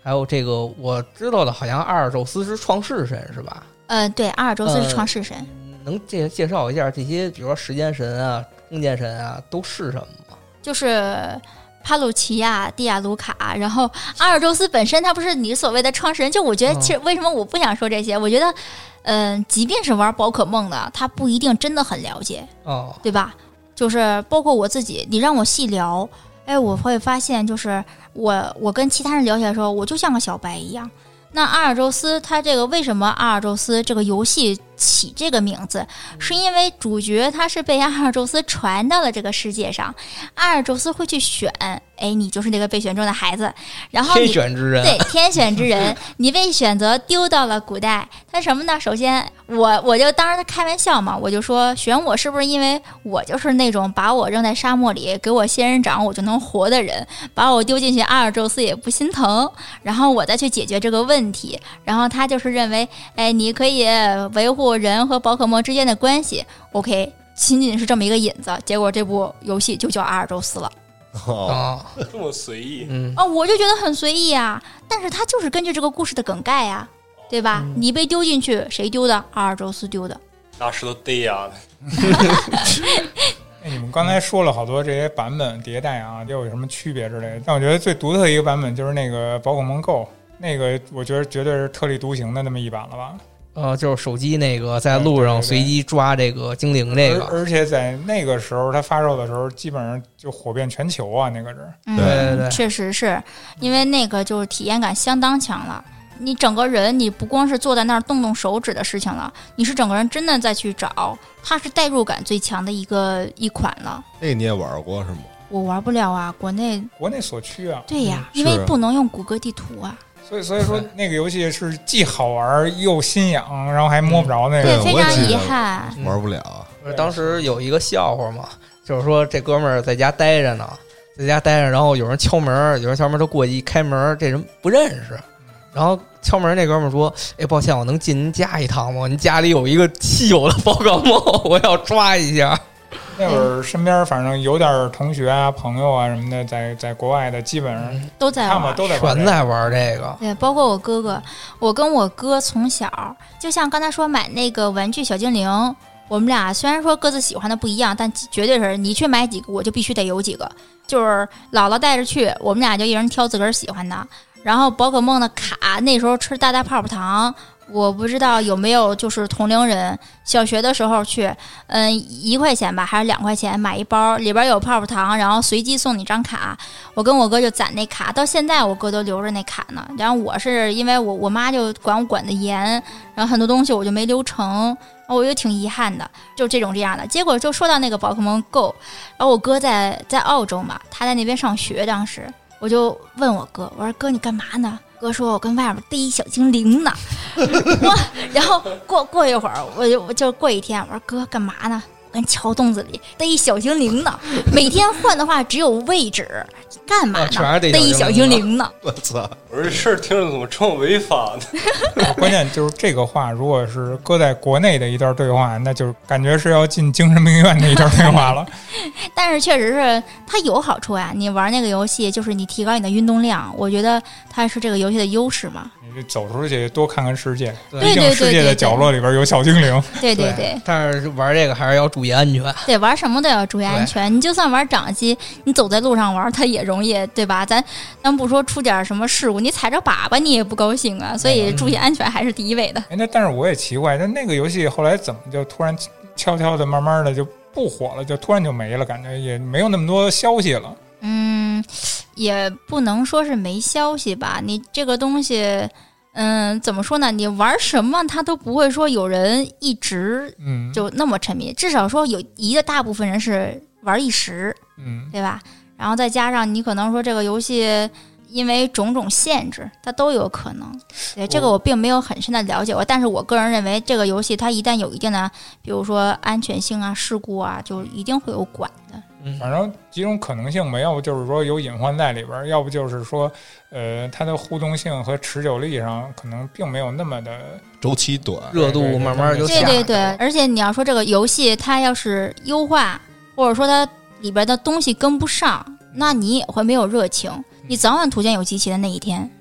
还有这个我知道的，好像阿尔宙斯是创世神是吧？ 呃，对，阿尔宙斯是创世神。 呃、能介介绍一下这些，比如说时间神啊、空间神啊，都是什么吗？ 就是帕鲁奇亚、蒂亚卢卡，然后阿尔宙斯本身他不是你所谓的创始人。就我觉得，其实为什么我不想说这些？嗯、我觉得，嗯、呃，即便是玩宝可梦的，他不一定真的很了解， 哦， 对吧？就是包括我自己，你让我细聊，哎，我会发现，就是我我跟其他人聊起来的时候，我就像个小白一样。那阿尔宙斯他这个为什么阿尔宙斯这个游戏起这个名字，是因为主角他是被阿尔宙斯传到了这个世界上，阿尔宙斯会去选，哎，你就是那个被选中的孩子，然后天选之人， 对，天选之人，你被选择丢到了古代。他什么呢？首先，我我就当时开玩笑嘛，我就说选我是不是因为我就是那种把我扔在沙漠里给我仙人掌我就能活的人，把我丢进去阿尔宙斯也不心疼，然后我再去解决这个问题。然后他就是认为，哎，你可以维护人和宝可梦之间的关系 ，OK， 仅仅是这么一个引子，结果这部游戏就叫阿尔宙斯了。 哦， 这么随意， 嗯啊、哦，我就觉得很随意啊，但是它就是根据这个故事的梗概呀、啊，对吧？嗯、你被丢进去，谁丢的？阿尔宙斯丢的， 拿石头逮呀的。 哎，你们刚才说了好多这些版本迭代啊，又有什么区别之类的？但我觉得最独特的一个版本就是那个宝可梦 Go， 那个我觉得绝对是特立独行的那么一版了吧。 呃，就是手机那个在路上随机抓这个精灵这个， 而, 而且在那个时候它发售的时候，基本上就火遍全球啊，那个是。 嗯、 对对对， 确实是因为那个就是体验感相当强了。你整个人，你不光是坐在那儿动动手指的事情了，你是整个人真的再去找，它是代入感最强的一个一款了。 那个你也玩过是吗？ 我玩不了啊，国内国内所趋啊。 对呀、 嗯， 因为不能用谷歌地图啊。 所以，所以说那个游戏是既好玩又心痒，然后还摸不着那个， 对，非常遗憾， 玩不了。 当时有一个笑话嘛，就是说这哥们儿在家待着呢，在家待着，然后有人敲门，有人敲门，他过去一开门，这人不认识，然后敲门那哥们儿说：“哎，抱歉，我能进您家一趟吗？您家里有一个稀有的宝可梦，我要抓一下。” 那会儿身边反正有点同学啊、朋友啊什么的，在在国外的，基本上都在玩， 都在玩， 全在玩这个。 对，包括我哥哥，我跟我哥从小就像刚才说买那个玩具小精灵，我们俩虽然说各自喜欢的不一样，但绝对是你去买几个，我就必须得有几个。就是姥姥带着去，我们俩就一人挑自个儿喜欢的。然后宝可梦的卡，那时候吃大大泡泡糖。我不知道有没有就是同龄人小学的时候去，嗯，一块钱吧还是两块钱买一包，里边有泡泡糖，然后随机送你张卡。我跟我哥就攒那卡，到现在我哥都留着那卡呢。然后我是因为我我妈就管我管得严，然后很多东西我就没留成，我就挺遗憾的，就这种这样的。结果就说到那个宝可梦 Go， 然后我哥在在澳洲嘛，他在那边上学，当时我就问我哥，我说哥你干嘛呢？哥说：“我跟外面逮一小精灵呢。”我，然后过过一会儿，我就我就过一天，我说：“哥干嘛呢？”我跟桥洞子里逮一小精灵呢。每天换的话只有位置，干嘛呢？ 啊、 逮一小精灵呢。 我操！ 我说这事儿听着怎么这么违法呢？ 关键就是这个话，如果是搁在国内的一段对话，那就感觉是要进精神病院的一段对话了。 但是确实是它有好处呀，你玩那个游戏就是你提高你的运动量，我觉得它是这个游戏的优势嘛。 你走出去多看看世界， 对毕竟世界的角落里边有小精灵。 对对 对, 对, 对，但是玩这个还是要注意安全。 对，玩什么都要注意安全。你就算玩掌机，你走在路上玩，它也容易，对吧？咱咱不说出点什么事故，你踩着粑粑你也不高兴啊。所以注意安全还是第一位的。 哎，那但是我也奇怪，那那个游戏后来怎么就突然悄悄的、慢慢的就不火了，就突然就没了，感觉也没有那么多消息了。 嗯，也不能说是没消息吧。你这个东西。嗯，怎么说呢？你玩什么，他都不会说有人一直嗯就那么沉迷，嗯、至少说有一个大部分人是玩一时， 嗯， 对吧？然后再加上你可能说这个游戏因为种种限制，它都有可能。对，这个我并没有很深的了解过，但是我个人认为这个游戏它一旦有一定的，比如说安全性啊、事故啊，就一定会有管的。 反正几种可能性嘛，要不就是说有隐患在里边，要不就是说，呃，它的互动性和持久力上可能并没有那么的周期短， 热度慢慢就下。 对对对，而且你要说这个游戏它要是优化，或者说它里边的东西跟不上，那你也会没有热情，你早晚途间有集齐的那一天。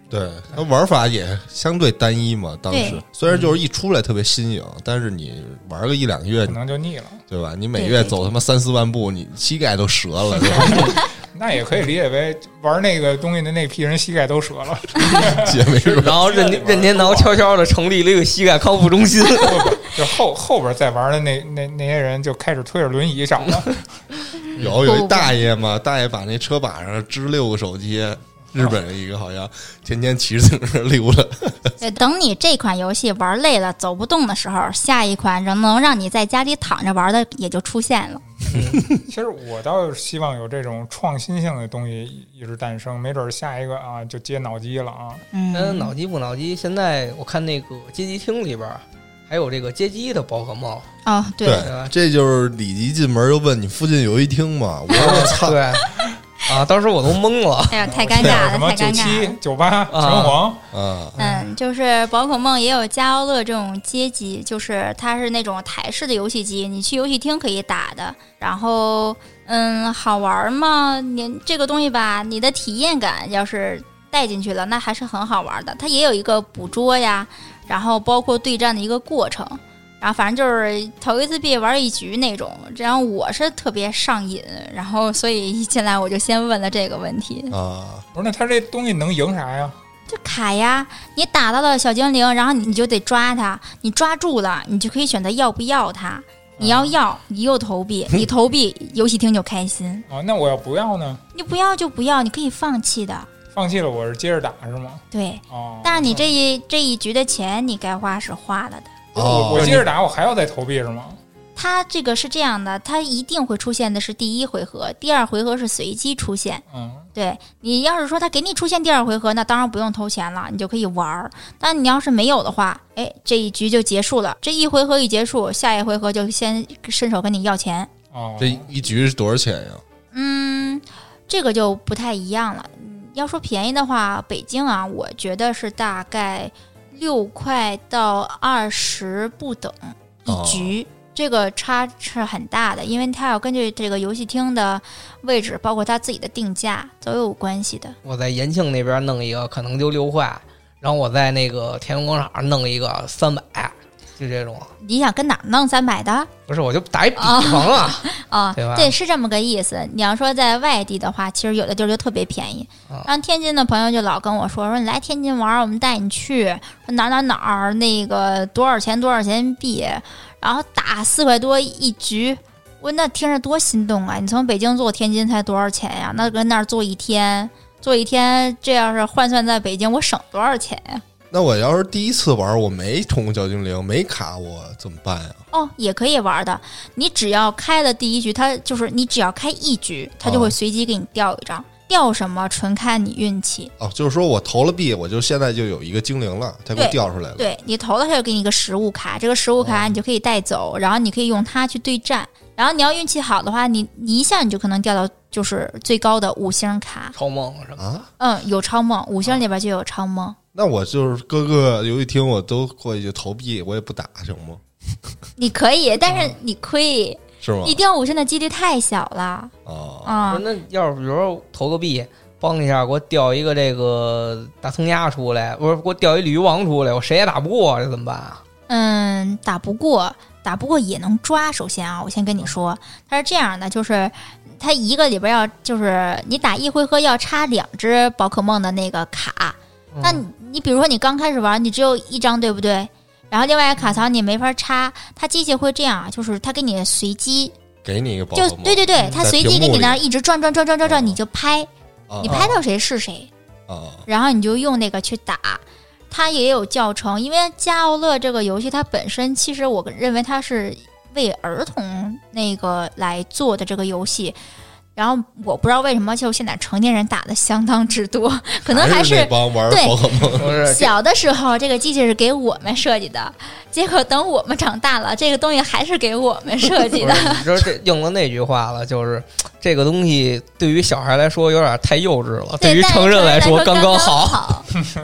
对，它玩法也相对单一嘛。当时虽然就是一出来特别新颖，但是你玩个一两个月可能就腻了， 对吧？你每月走他妈三四万步，你膝盖都折了，对吧？ 那也可以理解为玩那个东西的那批人膝盖都折了， 也没准。 然后任任天堂悄悄的成立了一个膝盖康复中心， 就后后边再玩的那那那些人就开始推着轮椅找了。 有有一大爷嘛，大爷把那车把上支六个手机。日本人一个好像天天骑着自行车溜达。 对，等你这款游戏玩累了走不动的时候，下一款能能让你在家里躺着玩的也就出现了。 其实我倒是希望有这种创新性的东西一直诞生，没准下一个啊就接脑机了啊。 嗯，脑机不脑机？现在我看那个街机厅里边还有这个街机的宝可梦。 哦，对， 对，这就是里级进门又问你附近有一厅吗？我说操。 对。啊！当时我都懵了， 哎呀，太尴尬了， 什么太尴尬了。 九七、九八、拳皇， 嗯嗯，就是宝可梦也有加奥乐这种街机，就是它是那种台式的游戏机，你去游戏厅可以打的。然后，嗯，好玩吗？你这个东西吧，你的体验感要是带进去了，那还是很好玩的。它也有一个捕捉呀，然后包括对战的一个过程。然后反正就是头一次毕业玩一局那种，然后我是特别上瘾，然后所以一进来我就先问了这个问题啊。 不是，那他这东西能赢啥呀？ 就卡呀，你打到了小精灵，然后你就得抓它，你抓住了，你就可以选择要不要它。你要要，你又投币，你投币，游戏厅就开心。 哦，那我要不要呢？ 你不要就不要，你可以放弃的。 放弃了，我是接着打是吗？ 对。 哦。 但是你这一这一局的钱，你该花是花了的。 哦，我接着打，我还要再投币是吗？ 它这个是这样的，它一定会出现的是第一回合，第二回合是随机出现。 嗯， 对，你要是说它给你出现第二回合，那当然不用投钱了，你就可以玩。但你要是没有的话，哎，这一局就结束了。这一回合一结束，下一回合就先伸手跟你要钱。 哦， 这一局是多少钱呀？ 嗯，这个就不太一样了。要说便宜的话，北京啊，我觉得是大概六块到二十不等一局。哦，这个差是很大的，因为它要根据这个游戏厅的位置，包括它自己的定价都有关系的。 我在延庆那边弄一个可能就六块，然后我在那个天安门广场弄一个三百，就这种。 你想跟哪儿弄三百的？ 不是，我就打一比方啊， 哦， 对吧？ 对，是这么个意思。你要说在外地的话，其实有的地儿就特别便宜。 啊、 然后天津的朋友就老跟我说说你来天津玩，我们带你去说哪哪哪儿那个多少钱多少钱币。然后打四块多一局，我那听着多心动啊！你从北京坐天津才多少钱呀？那跟那儿坐一天，坐一天，这要是换算在北京，我省多少钱呀？ 那我要是第一次玩，我没宠物小精灵，没卡，我怎么办呀？ 哦，也可以玩的。你只要开了第一局，它就是你只要开一局，它就会随机给你调一张。哦，调什么纯看你运气。 哦，就是说我投了币，我就现在就有一个精灵了，它给我调出来了。 对，你投了，它就给你一个实物卡，这个实物卡你就可以带走，哦，然后你可以用它去对战。然后你要运气好的话，你你一下你就可能调到就是最高的五星卡。 超梦是吧？ 啊， 嗯，有超梦，五星里边就有超梦。哦， 那我就是各个游戏厅我都过去就投币，我也不打行吗？ 你可以，但是你亏。嗯， 是吗？ 你掉五星的几率太小了。 哦， 啊， 那要是比如说投个币，帮一下给我调一个这个大葱鸭出来，不是给我调一鲤鱼王出来，我谁也打不过，这怎么办啊？ 嗯，打不过，打不过也能抓。首先啊，我先跟你说，它是这样的，就是它一个里边要就是你打一回合要插两只宝可梦的那个卡。嗯，那你你比如说你刚开始玩，你只有一张，对不对？然后另外卡槽你没法插，它机器会这样，就是它给你随机给你一个宝可梦， 就对对对，它随机给你那儿一直转转转转转转，你就拍， 哦， 你拍到谁是谁， 哦， 然后你就用那个去打。它也有教程，因为加奥乐这个游戏它本身其实我认为它是为儿童那个来做的这个游戏。然后我不知道为什么，就现在成年人打的相当之多，可能还是那帮玩宝可梦。 小的时候这个机器是给我们设计的，结果等我们长大了，这个东西还是给我们设计的。 你知道这应了那句话了，就是这个东西对于小孩来说有点太幼稚了，对于成人来说刚刚好。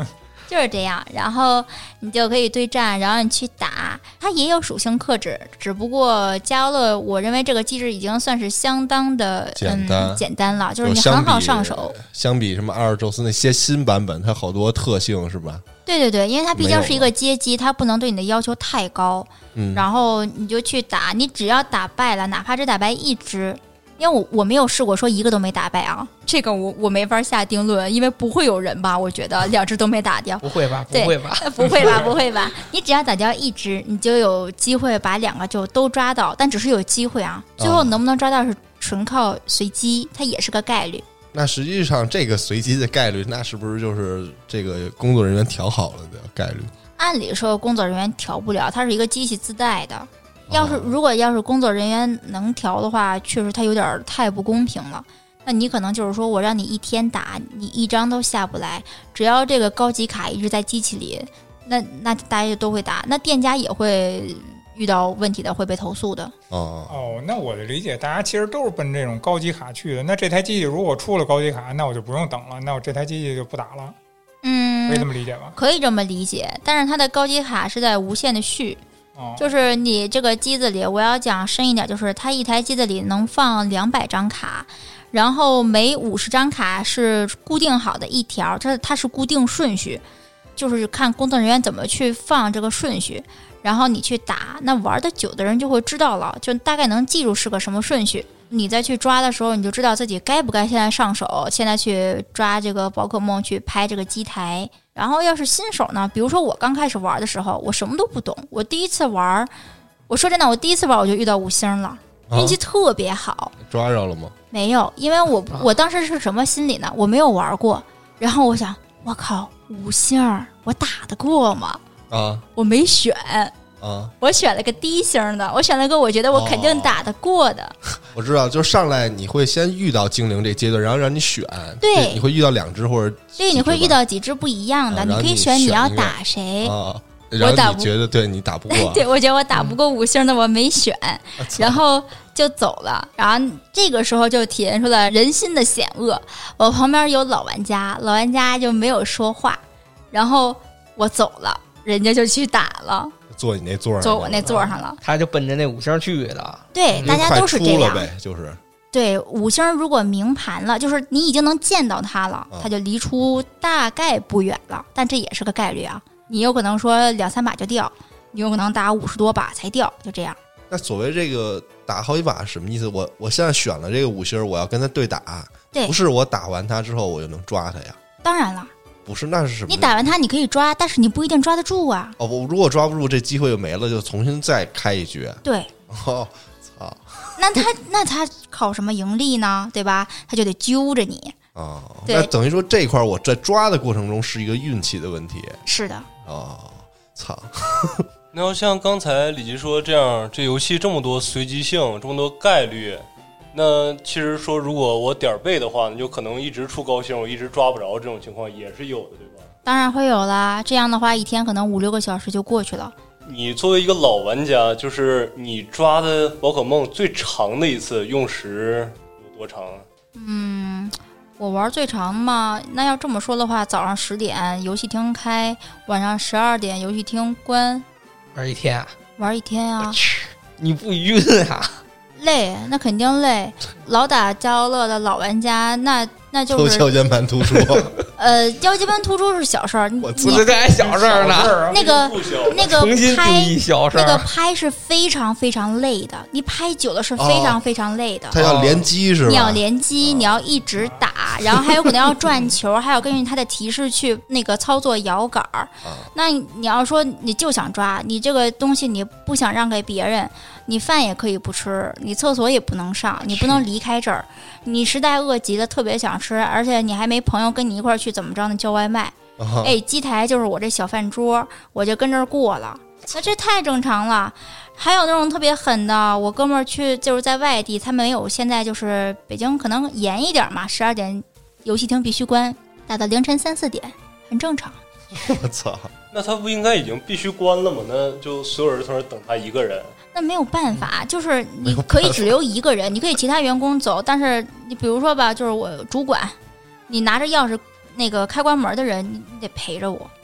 就是这样，然后你就可以对战，然后你去打，它也有属性克制，只不过加乐，我认为这个机制已经算是相当的简单、 嗯、简单了，就是你很好上手。 相比什么阿尔宙斯那些新版本，它好多特性是吧？ 对对对，因为它毕竟是一个街机，它不能对你的要求太高。 嗯， 然后你就去打，你只要打败了，哪怕只打败一只。因为我我没有试过说一个都没打败啊，这个我我没法下定论，因为不会有人吧？我觉得两只都没打掉， 不会吧？不会吧？ 不会吧？不会吧？你只要打掉一只，你就有机会把两个就都抓到，但只是有机会啊。最后能不能抓到是纯靠随机，它也是个概率。 那实际上这个随机的概率，那是不是就是这个工作人员调好了的概率？ 按理说工作人员调不了，它是一个机器自带的。要是如果要是工作人员能调的话，确实它有点太不公平了。那你可能就是说我让你一天打，你一张都下不来，只要这个高级卡一直在机器里，那那大家就都会打，那店家也会遇到问题的，会被投诉的。 哦哦，那我的理解，大家其实都是奔这种高级卡去的。那这台机器如果出了高级卡，那我就不用等了，那我这台机器就不打了。 嗯， 可以这么理解吧？ 可以这么理解，但是它的高级卡是在无限的续。就是你这个机子里，我要讲深一点，就是它一台机子里能放两百张卡，然后每五十张卡是固定好的一条，这它是固定顺序，就是看工作人员怎么去放这个顺序，然后你去打，那玩的久的人就会知道了，就大概能记住是个什么顺序。你再去抓的时候，你就知道自己该不该现在上手，现在去抓这个宝可梦，去拍这个机台。然后要是新手呢，比如说我刚开始玩的时候，我什么都不懂，我第一次玩，我说真的，我第一次玩我就遇到五星了，运气特别好。 啊、抓着了吗？ 没有，因为我我当时是什么心理呢？我没有玩过，然后我想，我靠，五星我打得过吗？ 啊， 我没选。 啊， 我选了个低星的，我选了个我觉得我肯定打得过的。 哦、我知道，就上来你会先遇到精灵这阶段，然后让你选， 对， 你会遇到两只或者对，你会遇到几只不一样的， 啊、 你可以选你要打谁。 啊，然后你觉得对你打不过， 对，我觉得我打不过五星的，我没选，嗯、然后就走了。然后这个时候就体现出了人心的险恶。我旁边有老玩家，老玩家就没有说话，然后我走了，人家就去打了。 坐你那座上， 坐我那座上了， 他就奔着那五星去的。 对，大家都是这样呗，就是对五星如果明盘了，就是你已经能见到它了，它就离出大概不远了，但这也是个概率啊。你有可能说两三把就掉，你有可能打五十多把才掉，就这样。 那所谓这个打好几把是什么意思？我我现在选了这个五星，我要跟他对打， 对， 不是我打完他之后我就能抓他呀？ 当然了。 不是，那是什么？ 你打完它你可以抓，但是你不一定抓得住啊。 哦，我如果抓不住，这机会就没了，就重新再开一局。 对。 哦，操！ 那他那他靠什么盈利呢？对吧？他就得揪着你。 哦，那等于说这块我在抓的过程中是一个运气的问题。 是的。 哦，操！ 那要像刚才李吉说这样，这游戏这么多随机性，这么多概率。那其实说，如果我点背的话，那就可能一直出高星，我一直抓不着，这种情况也是有的，对吧？ 当然会有啦，这样的话一天可能五六个小时就过去了。 你作为一个老玩家，就是你抓的宝可梦最长的一次用时有多长啊？ 嗯，我玩最长嘛，那要这么说的话，早上十点游戏厅开，晚上十二点游戏厅关， 玩一天啊？ 玩一天啊？ 你不晕啊？ 累，那肯定累。老打加乐的老玩家，那那就是敲键盘突出。 呃，敲键盘突出是小事儿， 我这这还小事儿呢。 那个那个拍那个拍是非常非常累的，你拍久了是非常非常累的。 它要连击是吧？ 你要连击，你要一直打，然后还有可能要转球，还要根据它的提示去那个操作摇杆儿。那你要说你就想抓，你这个东西你不想让给别人。你饭也可以不吃，你厕所也不能上，你不能离开这儿。你实在饿极了，特别想吃，而且你还没朋友跟你一块儿去，怎么着呢？叫外卖。 啊、 哎，机台就是我这小饭桌，我就跟这儿过了。那这太正常了。还有那种特别狠的，我哥们儿去就是在外地，他没有现在就是北京可能严一点嘛，十二点游戏厅必须关，打到凌晨三四点，很正常。 我操！ 那他不应该已经必须关了吗？那就所有人从那等他一个人。 那没有办法，就是你可以只留一个人，你可以其他员工走，但是你比如说吧，就是我主管，你拿着钥匙那个开关门的人，你得陪着我。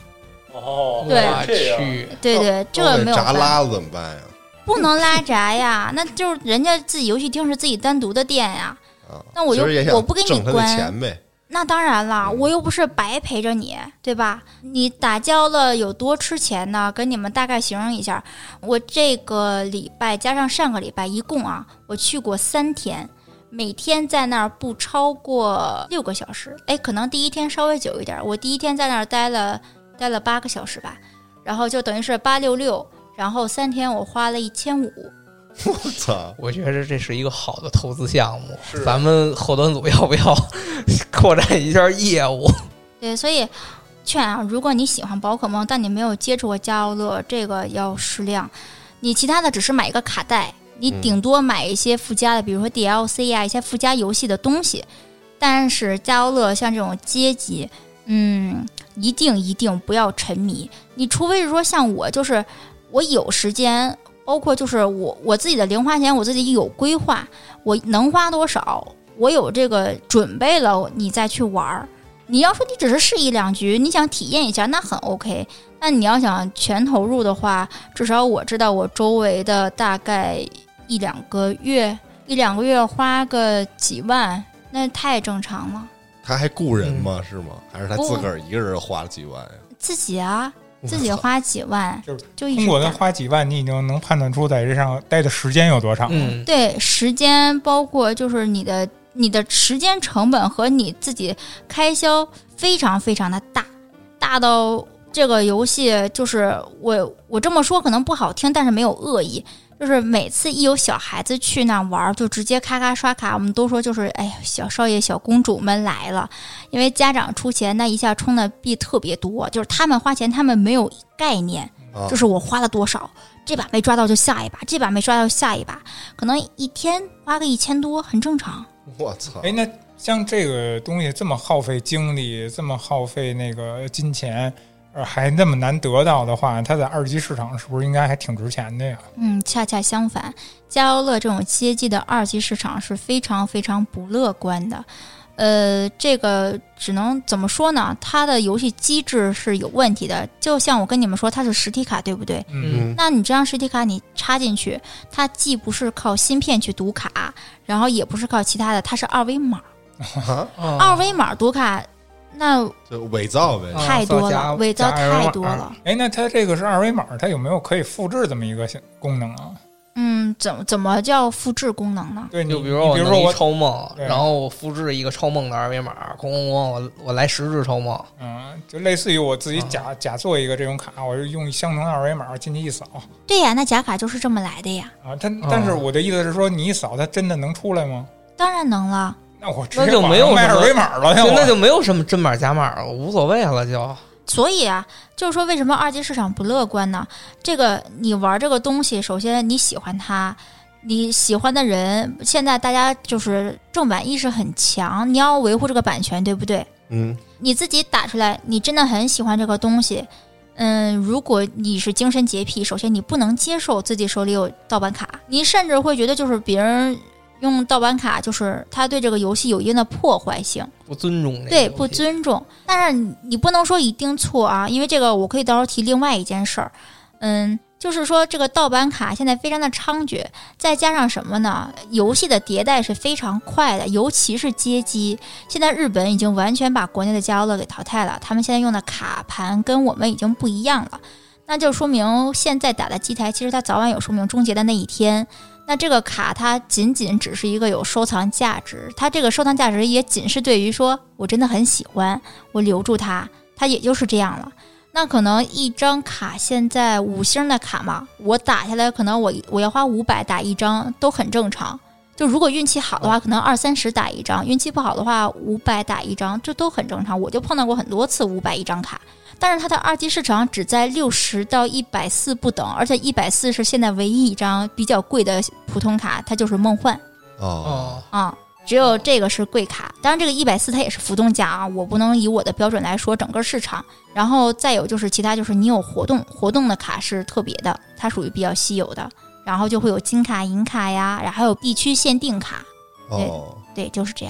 哦， 对这样。 去， 对对，这个没有闸办法， 拉了怎么办呀？ 不能拉闸呀，那就是人家自己游戏厅是自己单独的店呀。 啊， 那我就其实也想我不给你挣他的关钱呗。 那当然了， 嗯我又不是白陪着你，对吧？你打交了有多吃钱呢？跟你们大概形容一下，我这个礼拜加上上个礼拜，一共啊，我去过三天，每天在那儿不超过六个小时。哎，可能第一天稍微久一点，我第一天在那儿待了待了八个小时吧，然后就等于是八六六，然后三天我花了一千五。 我操！ 我觉得这是一个好的投资项目，咱们后端组要不要扩展一下业务？ 对，所以劝啊，如果你喜欢宝可梦，但你没有接触过加奥乐，这个要适量。你其他的只是买一个卡带，你顶多买一些附加的，比如说 D L C 啊，一些附加游戏的东西。但是加奥乐像这种街机，嗯，一定一定不要沉迷。你除非是说像我，就是我有时间。包括就是我我自己的零花钱，我自己有规划，我能花多少，我有这个准备了，你再去玩儿。你要说你只是试一两局，你想体验一下，那很 OK。那你要想全投入的话，至少我知道我周围的大概一两个月，一两个月花个几万，那太正常了。 他还雇人吗？是吗？还是他自个儿一个人花了几万呀？ 自己啊。自己花几万， 就是就一直通过他花几万，你已经能判断出在这上待的时间有多长了。 嗯， 对，时间包括就是你的你的时间成本和你自己开销非常非常的大，大到这个游戏就是我我这么说可能不好听，但是没有恶意。就是每次一有小孩子去那玩，就直接咔咔刷卡，我们都说就是哎呀，小少爷、小公主们来了，因为家长出钱，那一下充的币特别多，就是他们花钱，他们没有概念， 啊就是我花了多少，这把没抓到就下一把，这把没抓到就下一把，可能一天花个一千多，很正常。 我操！ 哎，那像这个东西这么耗费精力，这么耗费那个金钱。呃，还那么难得到的话，它在二级市场是不是应该还挺值钱的呀？ 嗯，恰恰相反，加奥乐这种街机的二级市场是非常非常不乐观的。呃，这个只能怎么说呢？它的游戏机制是有问题的。就像我跟你们说，它是实体卡，对不对？ 嗯， 那你这张实体卡你插进去，它既不是靠芯片去读卡，然后也不是靠其他的，它是二维码。 啊， 二维码读卡。那就伪造呗。 太多了，伪造太多了。 哎，那它这个是二维码，它有没有可以复制这么一个功能啊？ 嗯，怎么怎么叫复制功能呢？ 对， 就比如说， 比如说我超梦，然后我复制一个超梦的二维码，咣咣咣，我我来十只超梦。 嗯，就类似于我自己假、啊、假做一个这种卡，我就用相同的二维码进去一扫。 对呀，那假卡就是这么来的呀。 啊，它但是我的意思是说，你一扫，它真的能出来吗？ 当然能了。 那我那就没有卖二维码了， 那就没有什么真码假码了，无所谓了就。 所以啊，就是说为什么二级市场不乐观呢？这个你玩这个东西，首先你喜欢它，你喜欢的人，现在大家就是正版意识很强，你要维护这个版权，对不对？ 嗯， 你自己打出来，你真的很喜欢这个东西。嗯，如果你是精神洁癖，首先你不能接受自己手里有盗版卡，你甚至会觉得就是别人用盗版卡，就是他对这个游戏有一定的破坏性， 不尊重， 对，不尊重。但是你不能说一定错啊，因为这个我可以到时候提另外一件事儿。嗯，就是说这个盗版卡现在非常的猖獗，再加上什么呢？游戏的迭代是非常快的，尤其是街机。现在日本已经完全把国内的加奥乐给淘汰了，他们现在用的卡盘跟我们已经不一样了，那就说明现在打的机台其实它早晚有寿命终结的那一天。那这个卡它仅仅只是一个有收藏价值，它这个收藏价值也仅是对于说我真的很喜欢，我留住它，它也就是这样了。那可能一张卡现在五星的卡嘛，我打下来可能我我要花五百打一张都很正常。就如果运气好的话，可能二三十打一张；运气不好的话，五百打一张，这都很正常。我就碰到过很多次五百一张卡。但是它的二级市场只在六十到一百四不等，而且一百四是现在唯一一张比较贵的普通卡，它就是梦幻。 哦啊、嗯，只有这个是贵卡。当然，这个一百四它也是浮动价啊，我不能以我的标准来说整个市场。然后再有就是其他，就是你有活动，活动的卡是特别的，它属于比较稀有的。然后就会有金卡、银卡呀，然后还有地区限定卡。 哦， 对，就是这样。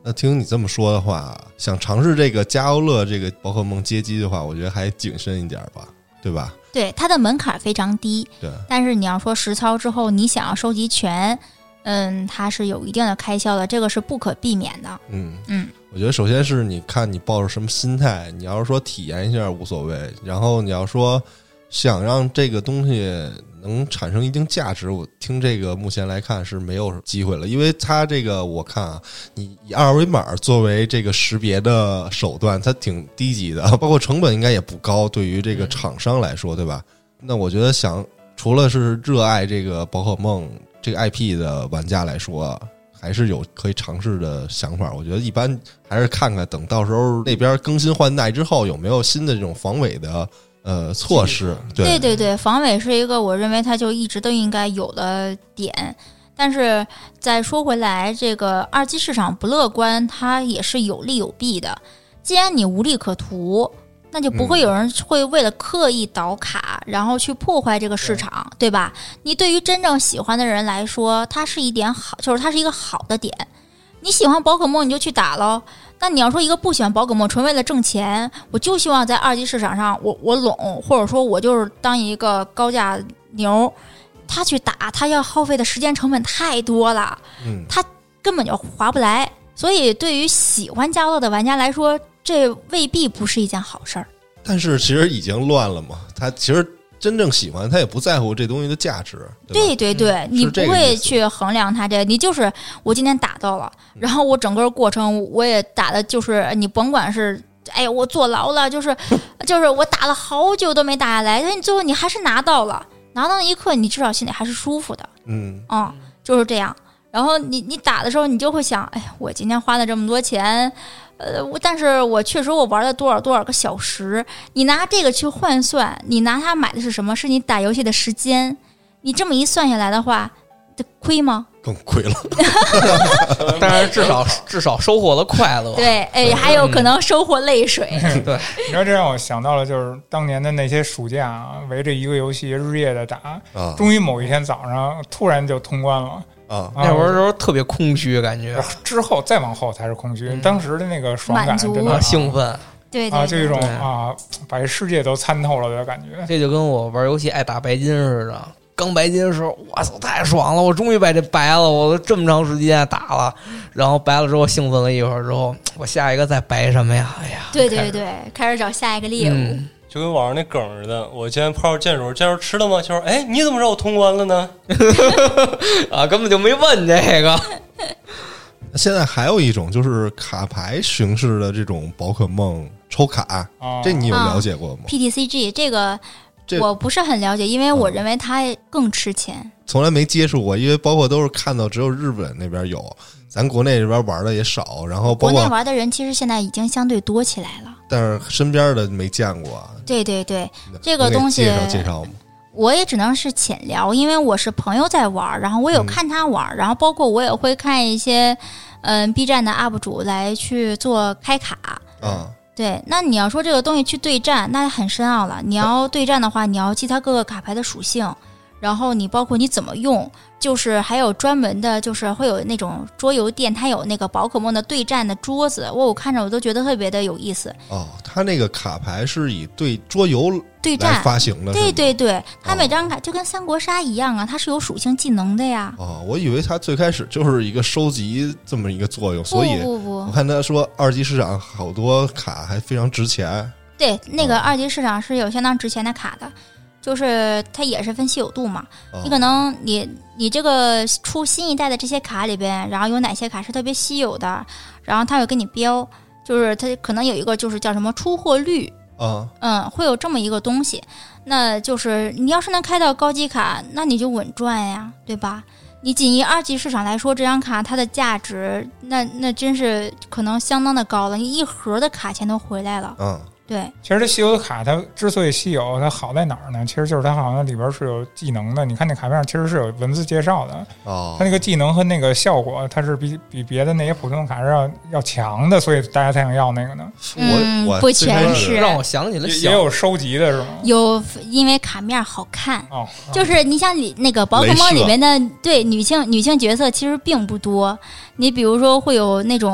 那听你这么说的话，想尝试这个加欧乐这个宝可梦街机的话，我觉得还谨慎一点吧，对吧？ 对，它的门槛非常低， 对。 但是你要说实操之后，你想要收集全，嗯，它是有一定的开销的，这个是不可避免的。 嗯嗯， 我觉得首先是你看你抱着什么心态，你要是说体验一下无所谓，然后你要说想让这个东西能产生一定价值，我听这个目前来看是没有机会了，因为它这个我看啊，你以二维码作为这个识别的手段，它挺低级的，包括成本应该也不高，对于这个厂商来说，对吧？那我觉得想除了是热爱这个宝可梦这个 I P 的玩家来说，还是有可以尝试的想法。我觉得一般还是看看等到时候那边更新换代之后有没有新的这种防伪的呃措施。对对对对，防伪是一个我认为它就一直都应该有的点。但是再说回来，这个二级市场不乐观，它也是有利有弊的。既然你无利可图，那就不会有人会为了刻意倒卡，嗯、然后去破坏这个市场，对, 对吧？你对于真正喜欢的人来说，它是一点好，就是它是一个好的点。你喜欢宝可梦，你就去打咯。那你要说一个不喜欢宝可梦，纯为了挣钱，我就希望在二级市场上我我拢，或者说我就是当一个高价牛，他去打，他要耗费的时间成本太多了， 嗯， 他根本就划不来。所以对于喜欢加乐的玩家来说，这未必不是一件好事儿。 但是其实已经乱了嘛，他其实真正喜欢他也不在乎这东西的价值。 对对对， 嗯、 你不会去衡量它这个，你就是我今天打到了，然后我整个过程我也打的就是你甭管是哎呀我坐牢了，就是就是我打了好久都没打下来，但你最后你还是拿到了，拿到那一刻你至少心里还是舒服的。 嗯嗯，就是这样。然后你你打的时候你就会想，哎呀我今天花了这么多钱，呃，我但是我确实我玩了多少多少个小时，你拿这个去换算，你拿它买的是什么？是你打游戏的时间。你这么一算下来的话，亏吗？ 更亏了。 但是至少至少收获了快乐。 对，哎，还有可能收获泪水。 对， 你知道这让我想到了，就是当年的那些暑假啊，围着一个游戏日夜的打， 啊、 终于某一天早上突然就通关了。 啊， 那会儿时候特别空虚，感觉之后再往后才是空虚。嗯、当时的那个爽感真的、 啊、兴奋， 对对啊，就一种啊，把这世界都参透了的感觉。 这就跟我玩游戏爱打白金似的。刚白金的时候，哇操，太爽了！我终于把这白了，我都这么长时间打了，然后白了之后兴奋了一会儿之后，我下一个再白什么呀？哎呀， 对对对，开始找下一个猎物。嗯， 就跟网上那梗似的，我今天泡着剑手，剑手吃了吗？就是哎，你怎么知道我通关了呢？ 啊，根本就没问这个。 现在还有一种就是卡牌形式的这种宝可梦抽卡， 哦、 这你有了解过吗、 啊、？P T C G 这个我不是很了解，因为我认为它更吃钱。 从来没接触过，因为包括都是看到只有日本那边有，咱国内这边玩的也少。然后包括国内玩的人其实现在已经相对多起来了， 但是身边的没见过。 对对对，这个东西介绍介绍吗？ 我也只能是浅聊，因为我是朋友在玩，然后我有看他玩，嗯、然后包括我也会看一些嗯 B 站的 U P 主来去做开卡啊。 对，那你要说这个东西去对战，那很深奥了。你要对战的话，你要记它各个卡牌的属性，然后你包括你怎么用，就是还有专门的，就是会有那种桌游店，它有那个宝可梦的对战的桌子，我我看着我都觉得特别的有意思。 哦，它那个卡牌是以对桌游对战发行的， 对对对，它每张卡就跟三国杀一样啊，它是有属性技能的呀。 哦，我以为它最开始就是一个收集这么一个作用，所以不不不， 我看他说二级市场好多卡还非常值钱。 对，那个二级市场是有相当值钱的卡的。就是它也是分稀有度嘛， 哦、 你可能你你这个出新一代的这些卡里边，然后有哪些卡是特别稀有的，然后它会给你标，就是它可能有一个就是叫什么出货率啊， 嗯，会有这么一个东西。那就是你要是能开到高级卡，那你就稳赚呀，对吧？你仅以二级市场来说，这张卡它的价值，那那真是可能相当的高了，你一盒的卡钱都回来了。 嗯。 对， 其实这稀有的卡它之所以稀有，它好在哪儿呢？其实就是它好像里边是有技能的。你看那卡片上其实是有文字介绍的， 哦， 它那个技能和那个效果，它是比比别的那些普通卡是要要强的，所以大家才想要那个呢。 嗯， 我我不全是， 让我想起了也有收集的是吗？ 有，因为卡面好看哦， 就是你像里那个宝可梦里面的对女性女性角色其实并不多，你比如说会有那种。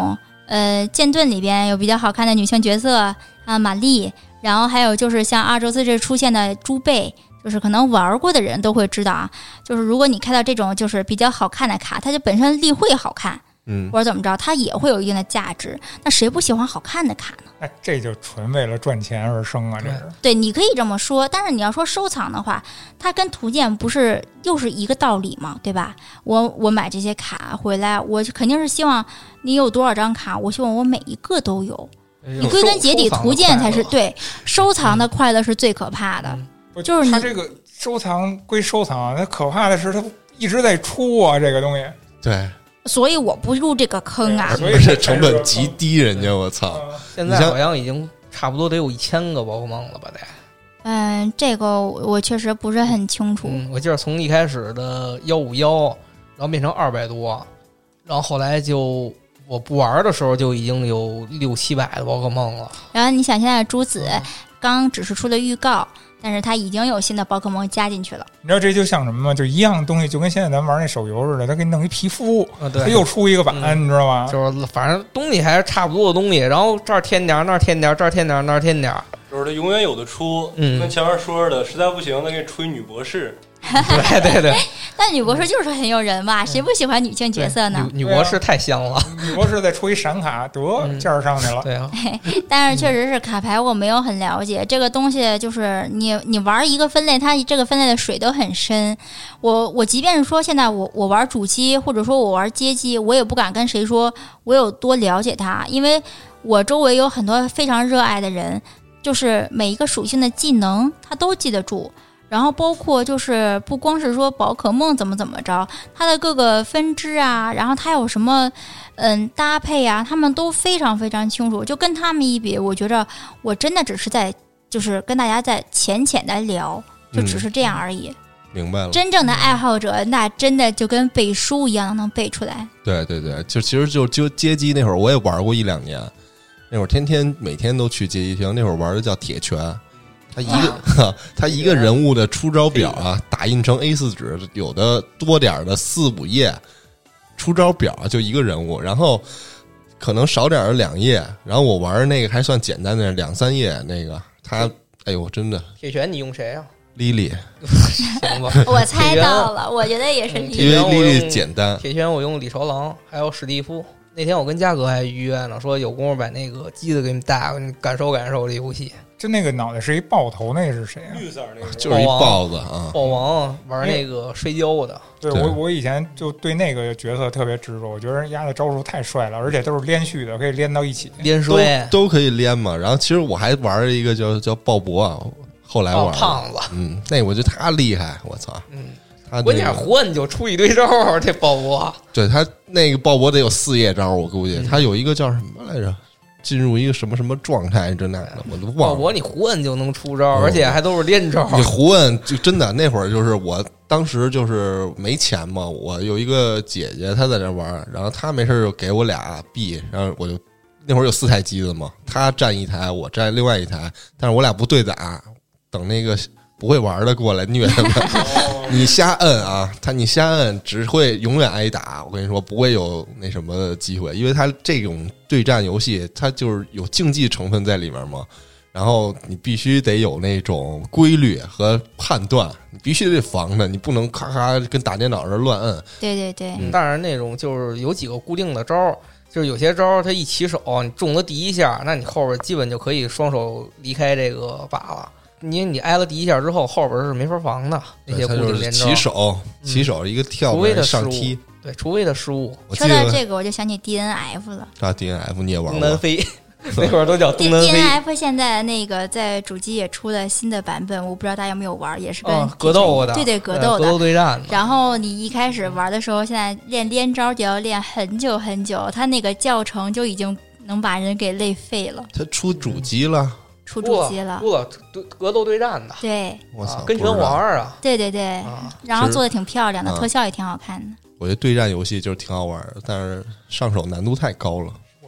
呃，剑盾里边有比较好看的女性角色啊，玛丽，然后还有就是像阿宙斯这出现的朱贝，就是可能玩过的人都会知道啊，就是如果你开到这种就是比较好看的卡，它就本身立绘好看， 嗯， 或者怎么着，它也会有一定的价值。那谁不喜欢好看的卡呢？ 那这就纯为了赚钱而生啊！这是对，你可以这么说，但是你要说收藏的话，它跟图鉴不是又是一个道理吗？对吧？我我买这些卡回来，我肯定是希望你有多少张卡，我希望我每一个都有。你归根结底，图鉴才是对收藏的快乐是最可怕的。 嗯、 就是你它这个收藏归收藏，它可怕的是它一直在出啊，这个东西。 对。 所以我不入这个坑啊！ 而且成本极低，人家我操！ 现在好像已经差不多得有一千个宝可梦了吧？得。 嗯，这个我确实不是很清楚。 嗯，我记得从一开始的幺五幺，然后变成二百多，然后后来就我不玩的时候就已经有六七百的宝可梦了。 然后你想，现在朱紫刚只是出了预告。但是它已经有新的宝可梦加进去了。 你知道这就像什么吗？就一样东西，就跟现在咱玩那手游似的，他给你弄一皮肤， 啊、对， 他又出一个版、嗯，你知道吗？ 就是反正东西还是差不多的东西，然后这儿添点，那儿添点，这儿添点，那儿添点， 就是它永远有的出。嗯，跟前面说的，实在不行，再给你出一女博士。 对对对， 但女博士就是很有人嘛，谁不喜欢女性角色呢？ 女女博士太香了， 女博士再出一闪卡，得价儿上去了。 对啊， 但是确实是卡牌我没有很了解，这个东西就是你你玩一个分类，它这个分类的水都很深。我我即便是说现在我我玩主机或者说我玩街机，我也不敢跟谁说我有多了解它，因为我周围有很多非常热爱的人，就是每一个属性的技能他都记得住。然后包括就是不光是说宝可梦怎么怎么着，它的各个分支啊，然后它有什么嗯搭配啊，他们都非常非常清楚。就跟他们一比，我觉着我真的只是在就是跟大家在浅浅的聊，就只是这样而已。 嗯、明白了。 真正的爱好者，那真的就跟背书一样能背出来。 对对对，就其实就就街机那会儿我也玩过一两年，那会儿天天每天都去街机厅，那会儿玩的叫铁拳。他一个、啊、他一个人物的出招表啊，打印成 A 四 纸，有的多点的四五页，出招表就一个人物，然后可能少点的两页，然后我玩那个还算简单的两三页，那个他哎呦真的。 铁拳你用谁啊？ 莉莉。 行吧， 我猜到了，我觉得也是莉莉， 因为莉莉简单。 铁拳我用李朝郎，还有史蒂夫。那天我跟嘉哥还预约呢，说有功夫把那个机子给你带，你感受感受这游戏。 就那个脑袋是一爆头，那是谁啊？ 绿色那个， 就是一豹子啊！ 豹王玩那个摔跤的。 对我，我以前就对那个角色特别执着，我觉得人家的招数太帅了，而且都是连续的，可以连到一起， 连摔都都可以连嘛。然后其实我还玩了一个叫叫鲍勃啊，后来玩、哦、 胖子， 嗯，那我觉得他厉害，我操， 嗯。 他关键胡摁就出一堆招，这鲍勃， 对他那个鲍勃得有四页招，我估计、嗯、他有一个叫什么来着，进入一个什么什么状态，这那的我都忘了。 鲍勃你胡摁就能出招、嗯，而且还都是连招。 你胡摁就真的那会儿就是我当时就是没钱嘛，我有一个姐姐她在那玩，然后她没事就给我俩币，然后我就那会儿有四台机子嘛，她占一台，我占另外一台，但是我俩不对打，等那个。不会玩的过来虐他们，你瞎摁啊，他你瞎摁只会永远挨打。我跟你说，不会有那什么的机会，因为他这种对战游戏，它就是有竞技成分在里面嘛。然后你必须得有那种规律和判断，你必须得防的，你不能咔咔跟打电脑似的乱摁。 对对对， 嗯、当然那种就是有几个固定的招，就是有些招它一起手，你中了第一下，那你后边基本就可以双手离开这个靶了。你你挨了第一下之后，后边是没法防的。那些固定连招， 起手，起手一个跳， 除非的上踢， 对，除非的失误。 说到这个，我就想起 D N F 了。 啊 ，D N F 你也玩过？ 东南飞，那会儿都叫东南飞。 D N F 现在那个在主机也出了新的版本，我不知道大家有没有玩，也是跟、 哦、格斗的， 对对，格斗的， 格斗对战的。 然后你一开始玩的时候，现在练连招就要练很久很久，他那个教程就已经能把人给累废了。 他出主机了。 出主机了， 出了格斗对战的， 对， 我操， 跟拳皇啊， 对对对， 啊、 然后做的挺漂亮的，特效也挺好看的。 我觉得对战游戏就是挺好玩的，但是上手难度太高了。 我